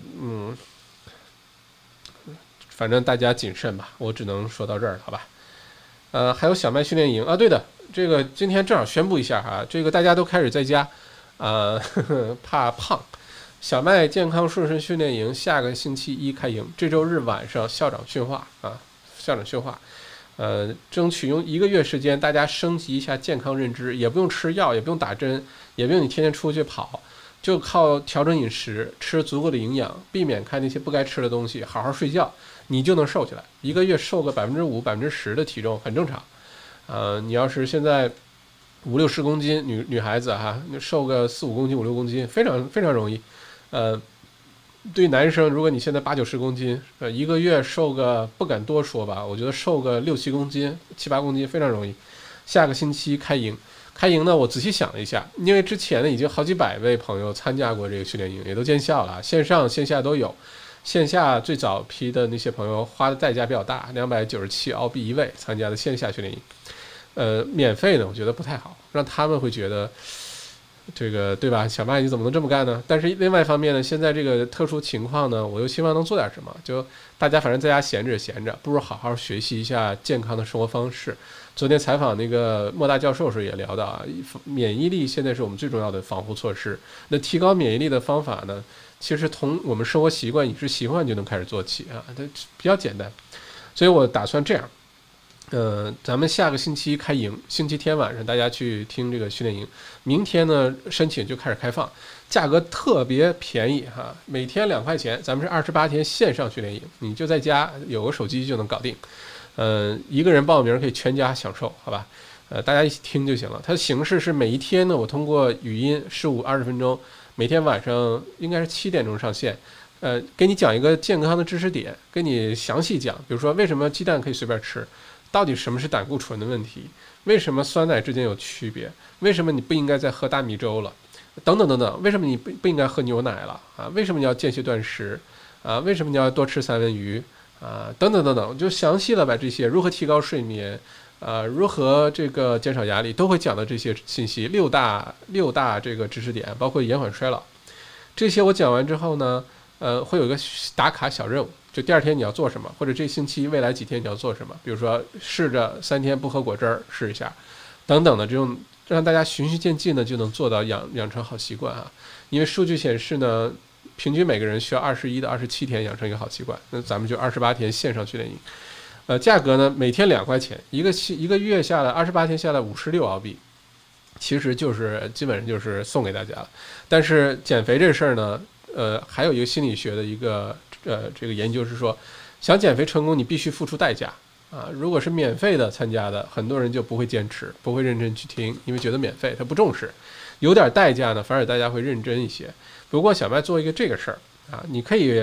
反正大家谨慎吧，我只能说到这儿了，好吧？还有小麦训练营啊，对的，这个今天正好宣布一下哈，这个大家都开始在家，怕胖。小麦健康瘦身训练营下个星期一开营，这周日晚上校长训话啊，校长训话，争取用1个月时间，大家升级一下健康认知，也不用吃药，也不用打针，也不用你天天出去跑，就靠调整饮食，吃足够的营养，避免看那些不该吃的东西，好好睡觉，你就能瘦起来。1个月瘦个5%、10%的体重很正常。你要是现在50-60公斤，女孩子哈，瘦个4-5公斤、5-6公斤，非常非常容易。对男生，如果你现在80-90公斤，1个月瘦个不敢多说吧，我觉得瘦个6-7公斤、7-8公斤非常容易。下个星期开营，开营呢，我仔细想了一下，因为之前呢已经好几百位朋友参加过这个训练营，也都见效了，线上线下都有。线下最早批的那些朋友花的代价比较大，297澳币一位参加的线下训练营。免费呢，我觉得不太好，让他们会觉得。这个对吧？小麦你怎么能这么干呢？但是另外一方面呢，现在这个特殊情况呢，我又希望能做点什么。就大家反正在家闲着，不如好好学习一下健康的生活方式。昨天采访那个莫大教授时候也聊到啊，免疫力现在是我们最重要的防护措施。那提高免疫力的方法呢，其实从我们生活习惯、饮食习惯就能开始做起啊，它比较简单。所以我打算这样。咱们下个星期开营，星期天晚上大家去听这个训练营。明天呢，申请就开始开放，价格特别便宜哈，每天2块钱。咱们是28天线上训练营，你就在家有个手机就能搞定。1个人报名可以全家享受，好吧？大家一起听就行了。它的形式是每一天呢，我通过语音15-20分钟，每天晚上应该是7点钟上线。给你讲一个健康的知识点，跟你详细讲，比如说为什么鸡蛋可以随便吃。到底什么是胆固醇的问题？为什么酸奶之间有区别？为什么你不应该再喝大米粥了？等等等等，为什么你不应该喝牛奶了？啊，为什么你要间歇断食？啊，为什么你要多吃三文鱼？啊，等等等等，就详细了把这些如何提高睡眠，如何这个减少压力，都会讲到这些信息。六大这个知识点，包括延缓衰老，这些我讲完之后呢，会有一个打卡小任务。就第2天你要做什么，或者这星期未来几天你要做什么，比如说试着3天不喝果汁儿试一下，等等的这种，让大家循序渐进的就能做到养成好习惯啊。因为数据显示呢，平均每个人需要21到27天养成一个好习惯，那咱们就28天线上训练营。价格呢每天2块钱，一个月下来28天下来56澳币，其实就是基本上就是送给大家了。但是减肥这事儿呢，还有一个心理学的一个。这个研究是说，想减肥成功，你必须付出代价啊！如果是免费的参加的，很多人就不会坚持，不会认真去听，因为觉得免费，他不重视。有点代价呢，反而大家会认真一些。不过小麦做一个这个事儿啊，你可以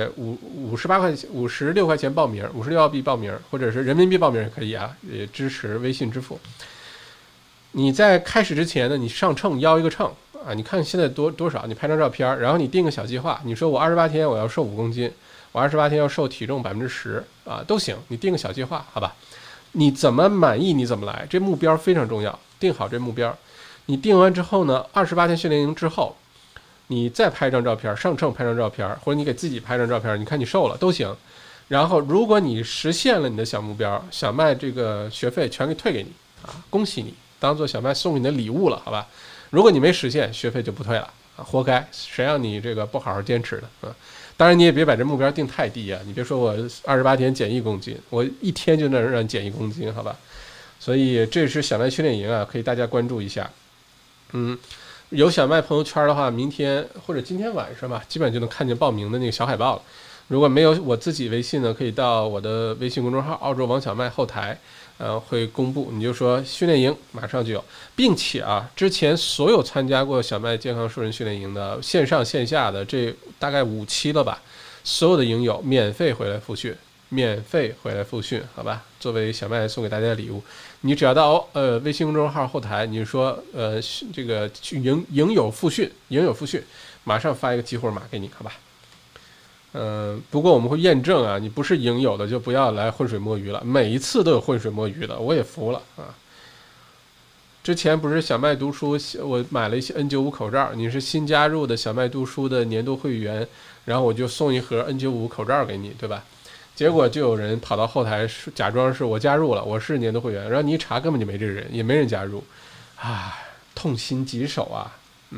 56块钱报名，56澳币报名，或者是人民币报名也可以啊，也支持微信支付。你在开始之前呢，你上秤腰一个秤啊，你看现在多少，你拍张照片，然后你定个小计划，你说我28天我要瘦5公斤。我28天要瘦体重10%啊，都行，你定个小计划，好吧？你怎么满意你怎么来，这目标非常重要，定好这目标。你定完之后呢，28天训练营之后，你再拍张照片，上秤拍张照片，或者你给自己拍张照片，你看你瘦了都行。然后如果你实现了你的小目标，小麦这个学费全给退给你啊，恭喜你，当做小麦送你的礼物了，好吧？如果你没实现，学费就不退了啊，活该，谁让你这个不好好坚持的啊？当然，你也别把这目标定太低啊！你别说我28天减1公斤，我1天就能让你减1公斤，好吧？所以这是小麦训练营啊，可以大家关注一下。有小麦朋友圈的话，明天或者今天晚上吧，基本就能看见报名的那个小海报了。如果没有我自己微信呢，可以到我的微信公众号“澳洲王小麦”后台，会公布。你就说训练营马上就有，并且啊，之前所有参加过小麦健康瘦身训练营的线上线下的这大概5期了吧，所有的营友免费回来复训，好吧？作为小麦送给大家的礼物，你只要到微信公众号后台，你说这个营友复训，马上发一个激活码给你，好吧？ 不过我们会验证啊，你不是应有的就不要来浑水摸鱼了，每一次都有浑水摸鱼的，我也服了啊。之前不是小麦读书，我买了一些 N95 口罩，你是新加入的小麦读书的年度会员，然后我就送一盒 N95 口罩给你，对吧？结果就有人跑到后台假装是我加入了，我是年度会员，然后你一查根本就没这人，也没人加入，痛心疾首啊，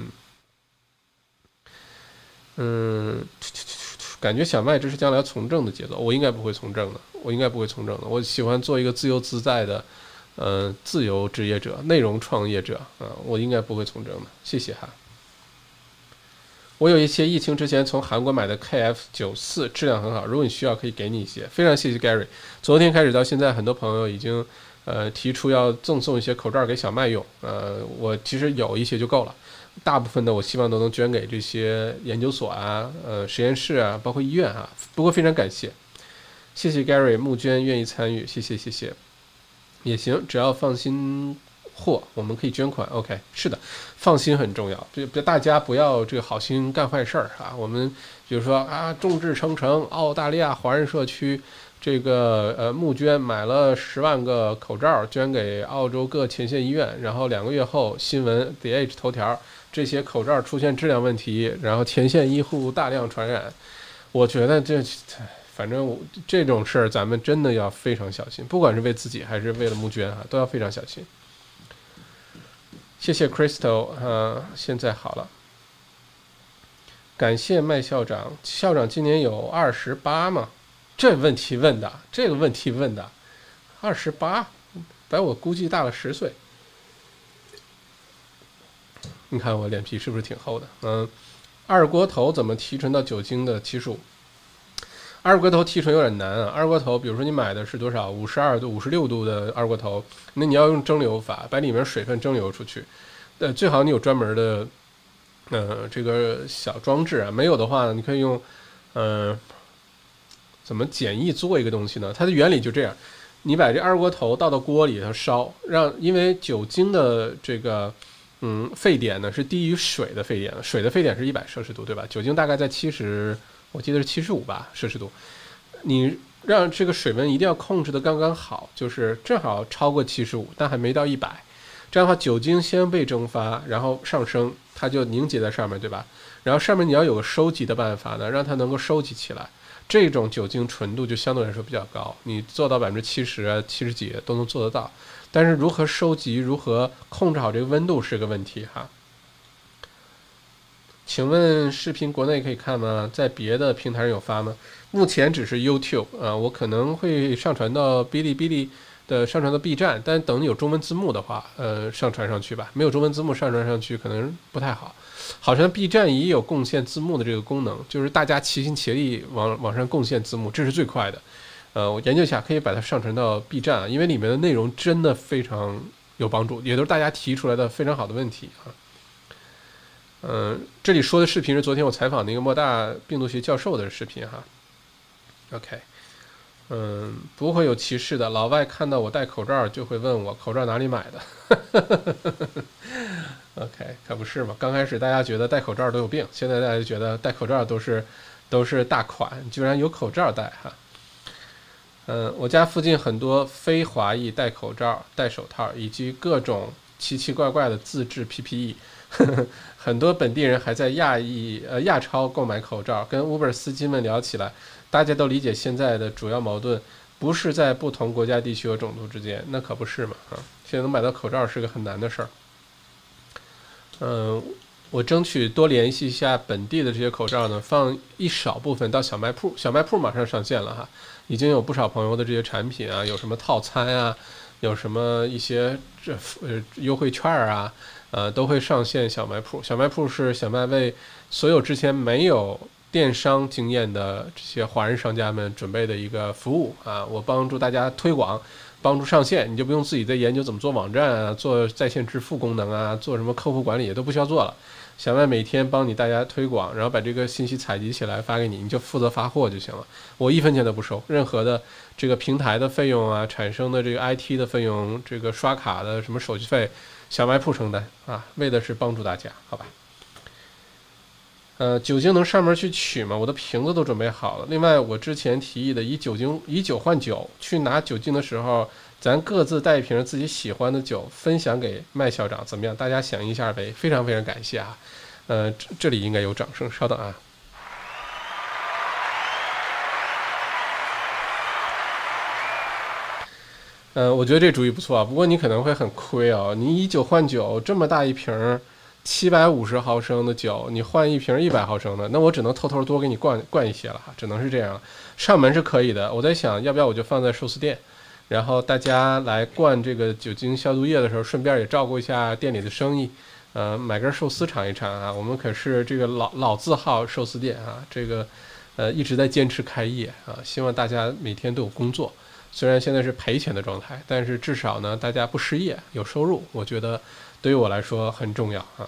感觉小麦这是将来要从政的节奏，我应该不会从政的，我喜欢做一个自由自在的，自由职业者，内容创业者啊，我应该不会从政的，谢谢哈。我有一些疫情之前从韩国买的 KF94，质量很好，如果你需要可以给你一些，非常谢谢 Gary。昨天开始到现在，很多朋友已经提出要赠送一些口罩给小麦用，我其实有一些就够了。大部分的我希望都能捐给这些研究所啊、实验室啊，包括医院啊。不过非常感谢，谢谢 Gary 募捐愿意参与，谢谢。也行，只要放心货，我们可以捐款。OK， 是的，放心很重要，大家不要这个好心干坏事啊。我们比如说啊，众志成城，澳大利亚华人社区这个募捐买了10万个口罩，捐给澳洲各前线医院，然后2个月后新闻 The Age 头条。这些口罩出现质量问题，然后前线医护大量传染，我觉得反正这种事儿咱们真的要非常小心，不管是为自己还是为了募捐都要非常小心。谢谢 Crystal 现在好了，感谢麦校长，校长今年有28吗？这个问题问的28，把我估计大了10岁。你看我脸皮是不是挺厚的？二锅头怎么提纯到酒精的75？二锅头提纯有点难啊。二锅头，比如说你买的是多少？52度、56度的二锅头，那你要用蒸馏法，把里面水分蒸馏出去。最好你有专门的，这个小装置啊。没有的话，你可以用，怎么简易做一个东西呢？它的原理就这样，你把这二锅头倒到锅里头烧，因为酒精的这个。沸点呢是低于水的沸点，水的沸点是100摄氏度，对吧？酒精大概在70，我记得是75吧摄氏度。你让这个水温一定要控制的刚刚好，就是正好超过75，但还没到100。这样的话，酒精先被蒸发，然后上升，它就凝结在上面，对吧？然后上面你要有个收集的办法呢，让它能够收集起来。这种酒精纯度就相对来说比较高，你做到70%啊、70几都能做得到。但是如何收集、如何控制好这个温度是个问题哈。请问视频国内可以看吗？在别的平台上有发吗？目前只是 YouTube 我可能会上传到哔哩哔哩的，上传到 B 站，但等有中文字幕的话，上传上去吧。没有中文字幕上传上去可能不太好。好像 B 站也有贡献字幕的这个功能，就是大家齐心协力往上贡献字幕，这是最快的。我研究一下，可以把它上传到 B 站因为里面的内容真的非常有帮助，也都是大家提出来的非常好的问题这里说的视频是昨天我采访那个莫大病毒学教授的视频哈。OK，不会有歧视的，老外看到我戴口罩就会问我口罩哪里买的。OK， 可不是嘛？刚开始大家觉得戴口罩都有病，现在大家觉得戴口罩都是大款，居然有口罩戴哈。我家附近很多非华裔戴口罩、戴手套，以及各种奇奇怪怪的自制 PPE 很多本地人还在亚超购买口罩。跟 Uber 司机们聊起来，大家都理解现在的主要矛盾不是在不同国家地区和种族之间，那可不是嘛现在能买到口罩是个很难的事儿。我争取多联系一下本地的这些口罩呢，放一少部分到小卖铺。小卖铺马上上线了哈，已经有不少朋友的这些产品啊，有什么套餐啊，有什么一些优惠券啊，都会上线小卖铺。小卖铺是小麦为所有之前没有电商经验的这些华人商家们准备的一个服务啊，我帮助大家推广。帮助上线，你就不用自己在研究怎么做网站啊，做在线支付功能啊，做什么客户管理也都不需要做了。小麦每天帮你大家推广，然后把这个信息采集起来发给你，你就负责发货就行了。我1分钱都不收，任何的这个平台的费用啊，产生的这个 IT 的费用，这个刷卡的什么手续费，小卖铺承担啊，为的是帮助大家，好吧？ 酒精能上门去取吗？我的瓶子都准备好了。另外，我之前提议的以酒换酒，去拿酒精的时候，咱各自带一瓶自己喜欢的酒，分享给麦校长，怎么样？大家响应一下呗，非常非常感谢啊！这里应该有掌声，稍等啊。我觉得这主意不错啊，不过你可能会很亏啊。你以酒换酒，这么大一瓶750毫升的酒，你换一瓶100毫升的，那我只能偷偷多给你灌一些了哈，只能是这样。上门是可以的，我在想要不要我就放在寿司店，然后大家来灌这个酒精消毒液的时候，顺便也照顾一下店里的生意。买根寿司尝一尝啊，我们可是这个老字号寿司店啊，这个一直在坚持开业啊，希望大家每天都有工作。虽然现在是赔钱的状态，但是至少呢，大家不失业，有收入，我觉得对于我来说很重要啊。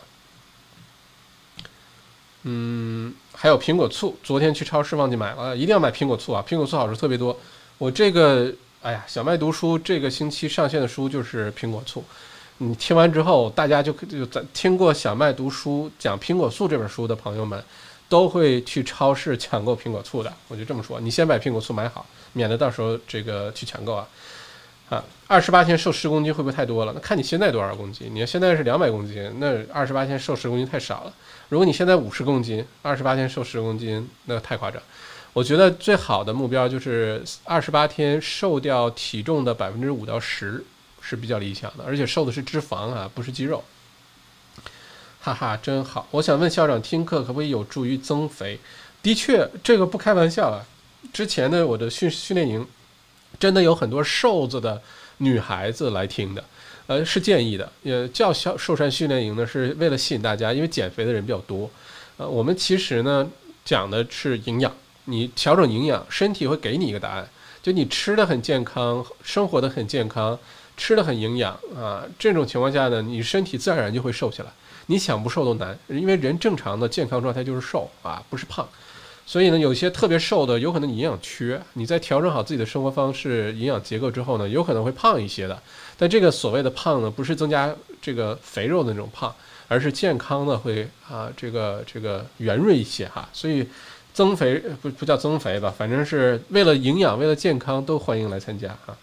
还有苹果醋，昨天去超市忘记买了，一定要买苹果醋啊！苹果醋好处特别多。我这个，哎呀，小麦读书这个星期上线的书就是苹果醋。你听完之后，大家就听过小麦读书讲苹果醋这本书的朋友们，都会去超市抢购苹果醋的。我就这么说，你先把苹果醋买好，免得到时候这个去抢购啊。28天瘦10公斤会不会太多了？那看你现在多少公斤。你现在是200公斤，那28天瘦10公斤太少了。如果你现在50公斤，28天瘦10公斤，那太夸张。我觉得最好的目标就是28天瘦掉体重的5%到10%是比较理想的，而且瘦的是脂肪啊，不是肌肉。哈哈，真好。我想问校长，听课可不可以有助于增肥？的确，这个不开玩笑啊。之前的我的训练营，真的有很多瘦子的女孩子来听的，是建议的。叫瘦身训练营呢，是为了吸引大家，因为减肥的人比较多。我们其实呢讲的是营养，你调整营养，身体会给你一个答案。就你吃的很健康，生活的很健康，吃的很营养啊，这种情况下呢，你身体自然而然就会瘦下来。你想不瘦都难，因为人正常的健康状态就是瘦啊，不是胖。所以呢，有些特别瘦的，有可能你营养缺，你在调整好自己的生活方式、营养结构之后呢，有可能会胖一些的。但这个所谓的胖呢，不是增加这个肥肉的那种胖，而是健康的会这个圆润一些哈。所以增肥不叫增肥吧，反正是为了营养、为了健康都欢迎来参加哈。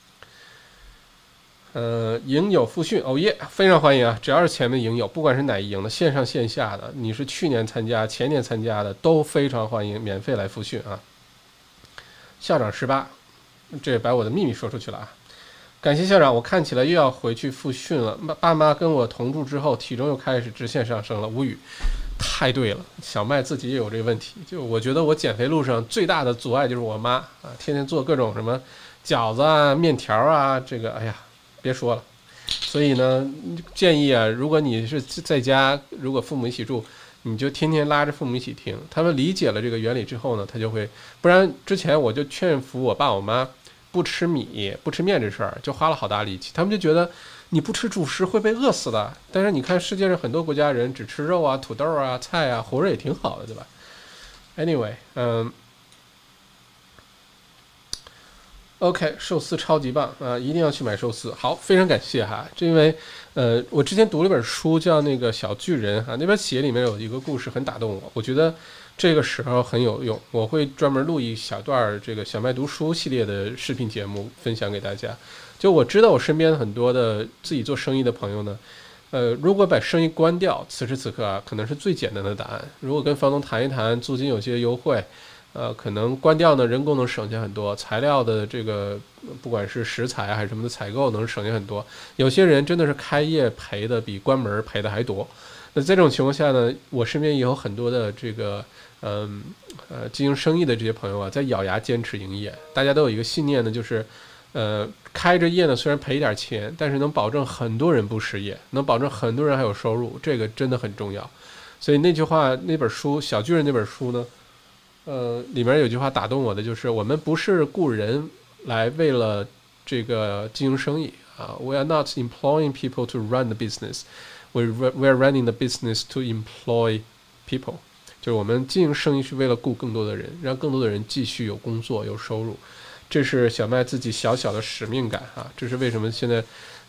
营友复训，哦耶，非常欢迎啊！只要是前面营友，不管是哪一营的，线上线下的，你是去年参加、前年参加的，都非常欢迎，免费来复训啊！校长18，这把我的秘密说出去了啊！感谢校长，我看起来又要回去复训了。爸妈跟我同住之后，体重又开始直线上升了，无语。太对了，小麦自己也有这个问题。就我觉得我减肥路上最大的阻碍就是我妈啊，天天做各种什么饺子啊、面条啊，这个哎呀。别说了，所以呢，建议啊，如果你是在家，如果父母一起住，你就天天拉着父母一起听，他们理解了这个原理之后呢，他就会，不然之前我就劝服我爸我妈不吃米、不吃面这事儿，就花了好大力气，他们就觉得你不吃主食会被饿死的。但是你看世界上很多国家人只吃肉啊、土豆啊、菜啊，活着也挺好的，对吧 ？Anyway，OK， 寿司超级棒啊！一定要去买寿司。好，非常感谢哈。这因为我之前读了本书叫那个小巨人哈，那本企业里面有一个故事很打动我，我觉得这个时候很有用。我会专门录一小段这个小麦读书系列的视频节目分享给大家。就我知道我身边很多的自己做生意的朋友呢，如果把生意关掉，此时此刻啊，可能是最简单的答案。如果跟房东谈一谈，租金有些优惠。可能关掉呢，人工能省下很多，材料的这个不管是食材还是什么的采购能省下很多。有些人真的是开业赔的比关门赔的还多。那在这种情况下呢，我身边也有很多的这个经营生意的这些朋友啊，在咬牙坚持营业。大家都有一个信念呢，就是开着业呢虽然赔一点钱，但是能保证很多人不失业，能保证很多人还有收入，这个真的很重要。所以那句话，那本书《小巨人》那本书呢。里面有句话打动我的，就是我们不是雇人来为了这个经营生意啊 ，We are not employing people to run the business, we are running the business to employ people。就是我们经营生意是为了雇更多的人，让更多的人继续有工作有收入，这是小麦自己小小的使命感啊。这是为什么现在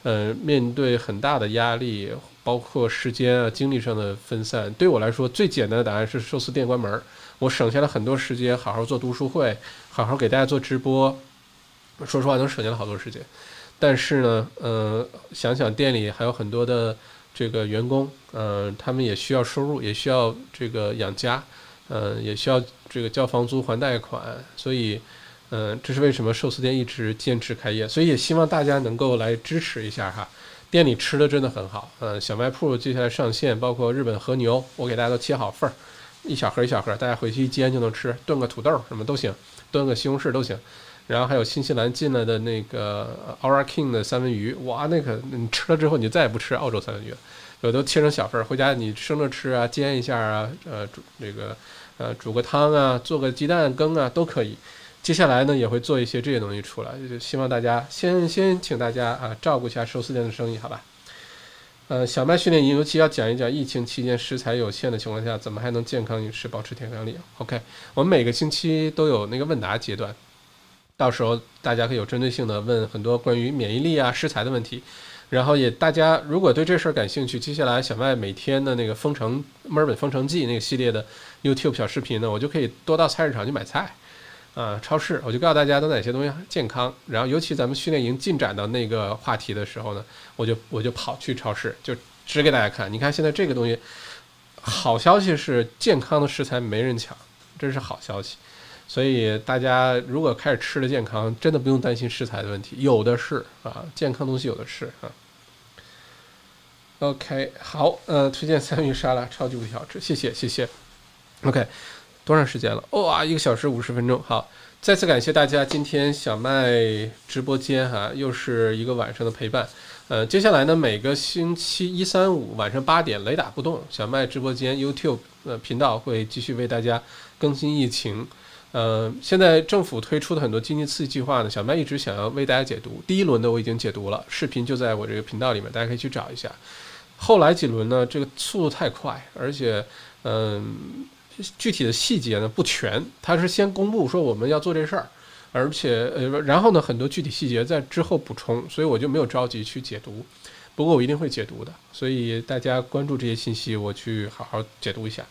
面对很大的压力，包括时间啊、精力上的分散。对我来说，最简单的答案是寿司店关门，我省下了很多时间，好好做读书会，好好给大家做直播。说实话，能省下了好多时间。但是呢，想想店里还有很多的这个员工，他们也需要收入，也需要这个养家，也需要这个交房租、还贷款，所以。这是为什么寿司店一直坚持开业，所以也希望大家能够来支持一下哈。店里吃的真的很好，小卖铺接下来上线，包括日本和牛，我给大家都切好份儿，一小盒一小盒，大家回去一煎就能吃，炖个土豆什么都行，炖个西红柿都行。然后还有新西兰进来的那个 Aura King 的三文鱼，哇，那个你吃了之后你再也不吃澳洲三文鱼了，有都切成小份儿，回家你生着吃啊，煎一下啊，煮个汤啊，做个鸡蛋羹啊都可以。接下来呢也会做一些这些东西出来，就希望大家先请大家照顾一下寿司店的生意，好吧？小麦训练营尤其要讲一讲疫情期间食材有限的情况下，怎么还能健康饮食，保持健康力。OK， 我们每个星期都有那个问答阶段，到时候大家可以有针对性的问很多关于免疫力啊、食材的问题。然后也大家如果对这事儿感兴趣，接下来小麦每天的那个墨尔本封城记那个系列的 YouTube 小视频呢，我就可以多到菜市场去买菜。超市，我就告诉大家都哪些东西健康。然后，尤其咱们训练营进展到那个话题的时候呢，我就跑去超市，就指给大家看。你看现在这个东西，好消息是健康的食材没人抢，这是好消息。所以大家如果开始吃的健康，真的不用担心食材的问题，有的是健康东西有的是OK， 好，推荐三文鱼沙拉，超级无敌好吃，谢谢。OK。多长时间了？哇，1个小时50分钟。好，再次感谢大家今天小麦直播间又是一个晚上的陪伴。接下来呢，每个星期1、3、5晚上8点雷打不动，小麦直播间 YouTube 频道会继续为大家更新疫情。现在政府推出的很多经济刺激计划呢，小麦一直想要为大家解读。第一轮的我已经解读了，视频就在我这个频道里面，大家可以去找一下。后来几轮呢，这个速度太快，而且具体的细节呢不全，他是先公布说我们要做这事儿，而且然后呢很多具体细节在之后补充，所以我就没有着急去解读，不过我一定会解读的，所以大家关注这些信息，我去好好解读一下。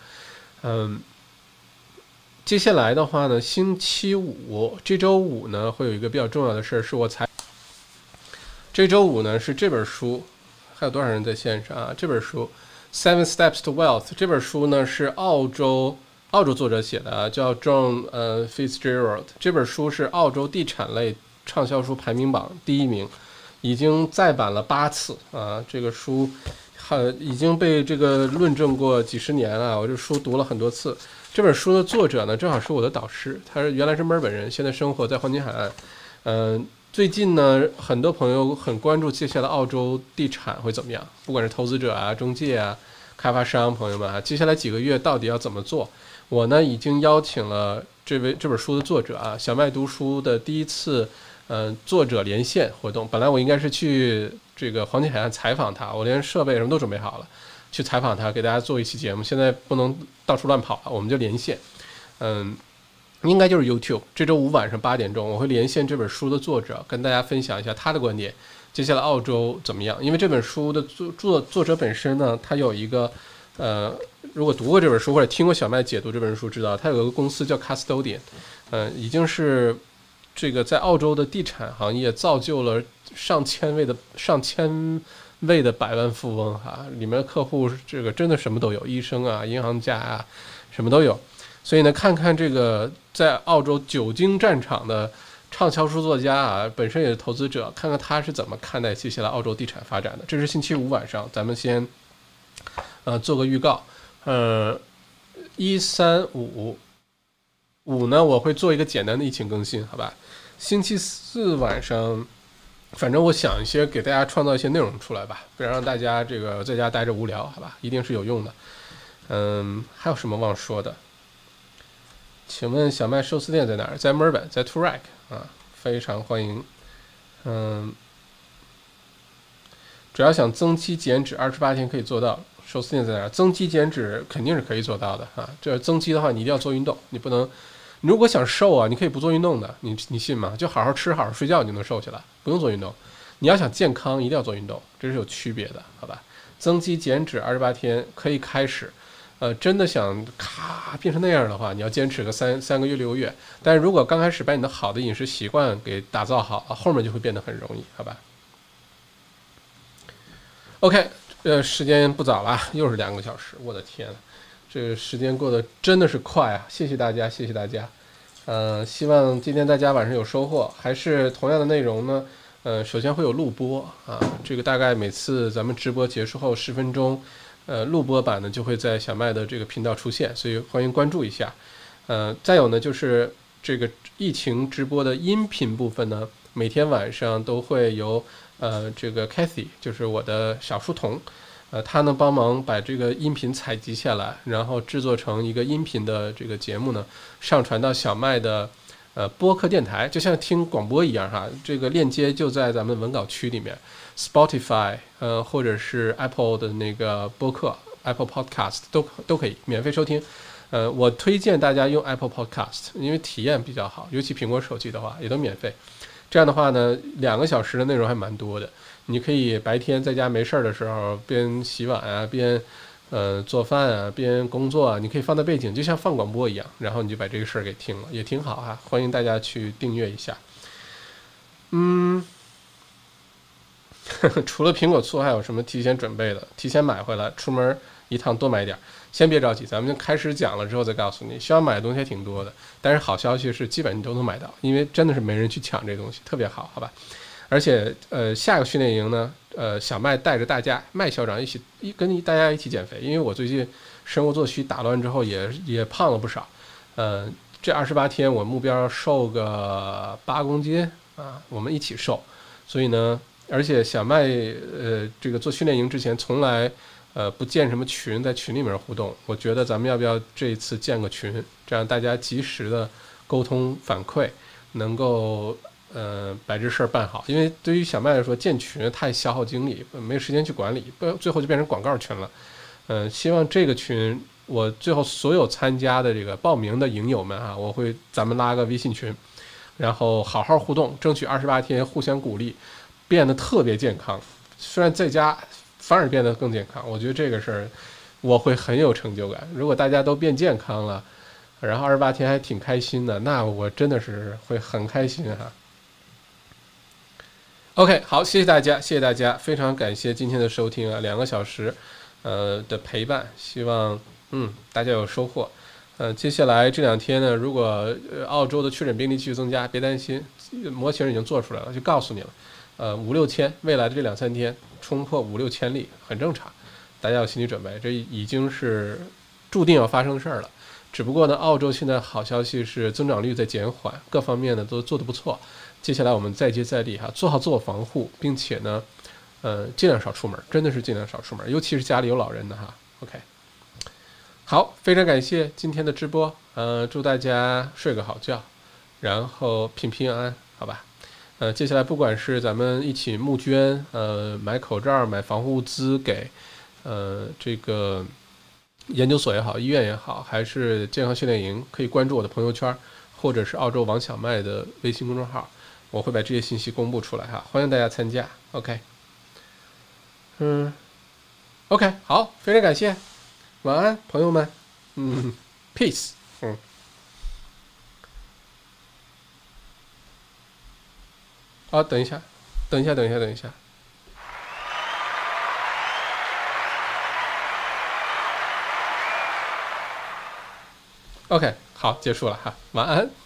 接下来的话呢，星期五这周五呢会有一个比较重要的事儿，是这周五呢是这本书，还有多少人在线上啊？这本书。Seven Steps to Wealth 这本书呢是澳洲作者写的，叫 John Fitzgerald。这本书是澳洲地产类畅销书排名榜第1名，已经再版了8次这个书已经被这个论证过几十年了，我这书读了很多次。这本书的作者呢正好是我的导师，他原来是墨尔本人，现在生活在黄金海岸。最近呢，很多朋友很关注接下来澳洲地产会怎么样，不管是投资者中介开发商朋友们接下来几个月到底要怎么做？我呢已经邀请了这本书的作者小麦读书的第一次作者连线活动。本来我应该是去这个黄金海岸采访他，我连设备什么都准备好了，去采访他，给大家做一期节目。现在不能到处乱跑了，我们就连线。应该就是 YouTube， 这周五晚上8点钟，我会连线这本书的作者，跟大家分享一下他的观点。接下来澳洲怎么样？因为这本书的作者本身呢，他有一个如果读过这本书或者听过小麦解读这本书，知道他有一个公司叫 Custodian，已经是这个在澳洲的地产行业造就了上千位的百万富翁里面的客户这个真的什么都有，医生银行家什么都有。所以呢，看看这个在澳洲久经战场的畅销书作家本身也是投资者，看看他是怎么看待接下来澳洲地产发展的。这是星期五晚上，咱们先做个预告。1、3、5呢，我会做一个简单的疫情更新，好吧？星期4晚上，反正我想一些给大家创造一些内容出来吧，不要让大家这个在家待着无聊，好吧？一定是有用的。还有什么忘说的？请问小麦寿司店在哪儿？在墨尔本，在 Toorak 非常欢迎。只要想增肌减脂，28天可以做到。寿司店在哪儿？增肌减脂肯定是可以做到的这增肌的话，你一定要做运动，你不能，你如果想瘦你可以不做运动的，你信吗？就好好吃，好好睡觉，你就能瘦下来，不用做运动。 你要想健康，一定要做运动，这是有区别的，好吧？增肌减脂28天可以开始，真的想咔变成那样的话，你要坚持个三个月6个月。但是如果刚开始把你的好的饮食习惯给打造好，后面就会变得很容易，好吧 ？OK，时间不早了，又是2个小时，我的天，这个时间过得真的是快啊！谢谢大家，谢谢大家。希望今天大家晚上有收获，还是同样的内容呢。首先会有录播啊，这个大概每次咱们直播结束后10分钟，录播版呢就会在小麦的这个频道出现，所以欢迎关注一下。再有呢就是这个疫情直播的音频部分呢，每天晚上都会由这个 Kathy， 就是我的小书童，他呢帮忙把这个音频采集下来，然后制作成一个音频的这个节目呢，上传到小麦的播客电台，就像听广播一样哈。这个链接就在咱们文稿区里面 ，Spotify 或者是 Apple 的那个播客 Apple Podcast 都可以免费收听。我推荐大家用 Apple Podcast， 因为体验比较好，尤其苹果手机的话也都免费。这样的话呢，2个小时的内容还蛮多的，你可以白天在家没事的时候边洗碗啊边做饭啊边工作啊，你可以放在背景，就像放广播一样，然后你就把这个事儿给听了，也挺好哈。欢迎大家去订阅一下。除了苹果醋还有什么提前准备的？提前买回来，出门一趟多买点。先别着急，咱们就开始讲了之后再告诉你。需要买的东西还挺多的，但是好消息是基本你都能买到，因为真的是没人去抢这东西，特别好，好吧？而且下个训练营呢，小麦带着大家，麦校长跟大家一起减肥，因为我最近生活作息打乱之后也胖了不少，这28天我目标瘦个8公斤啊，我们一起瘦。所以呢，而且小麦这个做训练营之前从来不建什么群，在群里面互动，我觉得咱们要不要这一次建个群，这样大家及时的沟通反馈，能够把这事儿办好。因为对于小麦来说，建群太消耗精力，没有时间去管理，最后就变成广告群了。希望这个群我最后所有参加的这个报名的营友们啊，咱们拉个微信群，然后好好互动，争取28天互相鼓励，变得特别健康。虽然在家反而变得更健康，我觉得这个事儿我会很有成就感。如果大家都变健康了，然后28天还挺开心的，那我真的是会很开心哈。OK， 好，谢谢大家，谢谢大家，非常感谢今天的收听啊，2个小时的陪伴，希望大家有收获。接下来这2天呢，如果澳洲的确诊病例继续增加，别担心，模型已经做出来了，就告诉你了。5-6千，未来的这2-3天冲破5-6千例很正常，大家有心理准备，这已经是注定要发生的事儿了。只不过呢，澳洲现在好消息是增长率在减缓，各方面呢都做得不错。接下来我们再接再厉哈，做好自我防护，并且呢，尽量少出门，真的是尽量少出门，尤其是家里有老人的哈。OK， 好，非常感谢今天的直播，祝大家睡个好觉，然后平平安安，好吧？接下来不管是咱们一起募捐，买口罩、买防护物资给，这个研究所也好，医院也好，还是健康训练营，可以关注我的朋友圈，或者是澳洲王小麦的微信公众号，我会把这些信息公布出来哈，欢迎大家参加。OK， OK， 好，非常感谢，晚安，朋友们，Peace，好，等一下。OK， 好，结束了哈，晚安。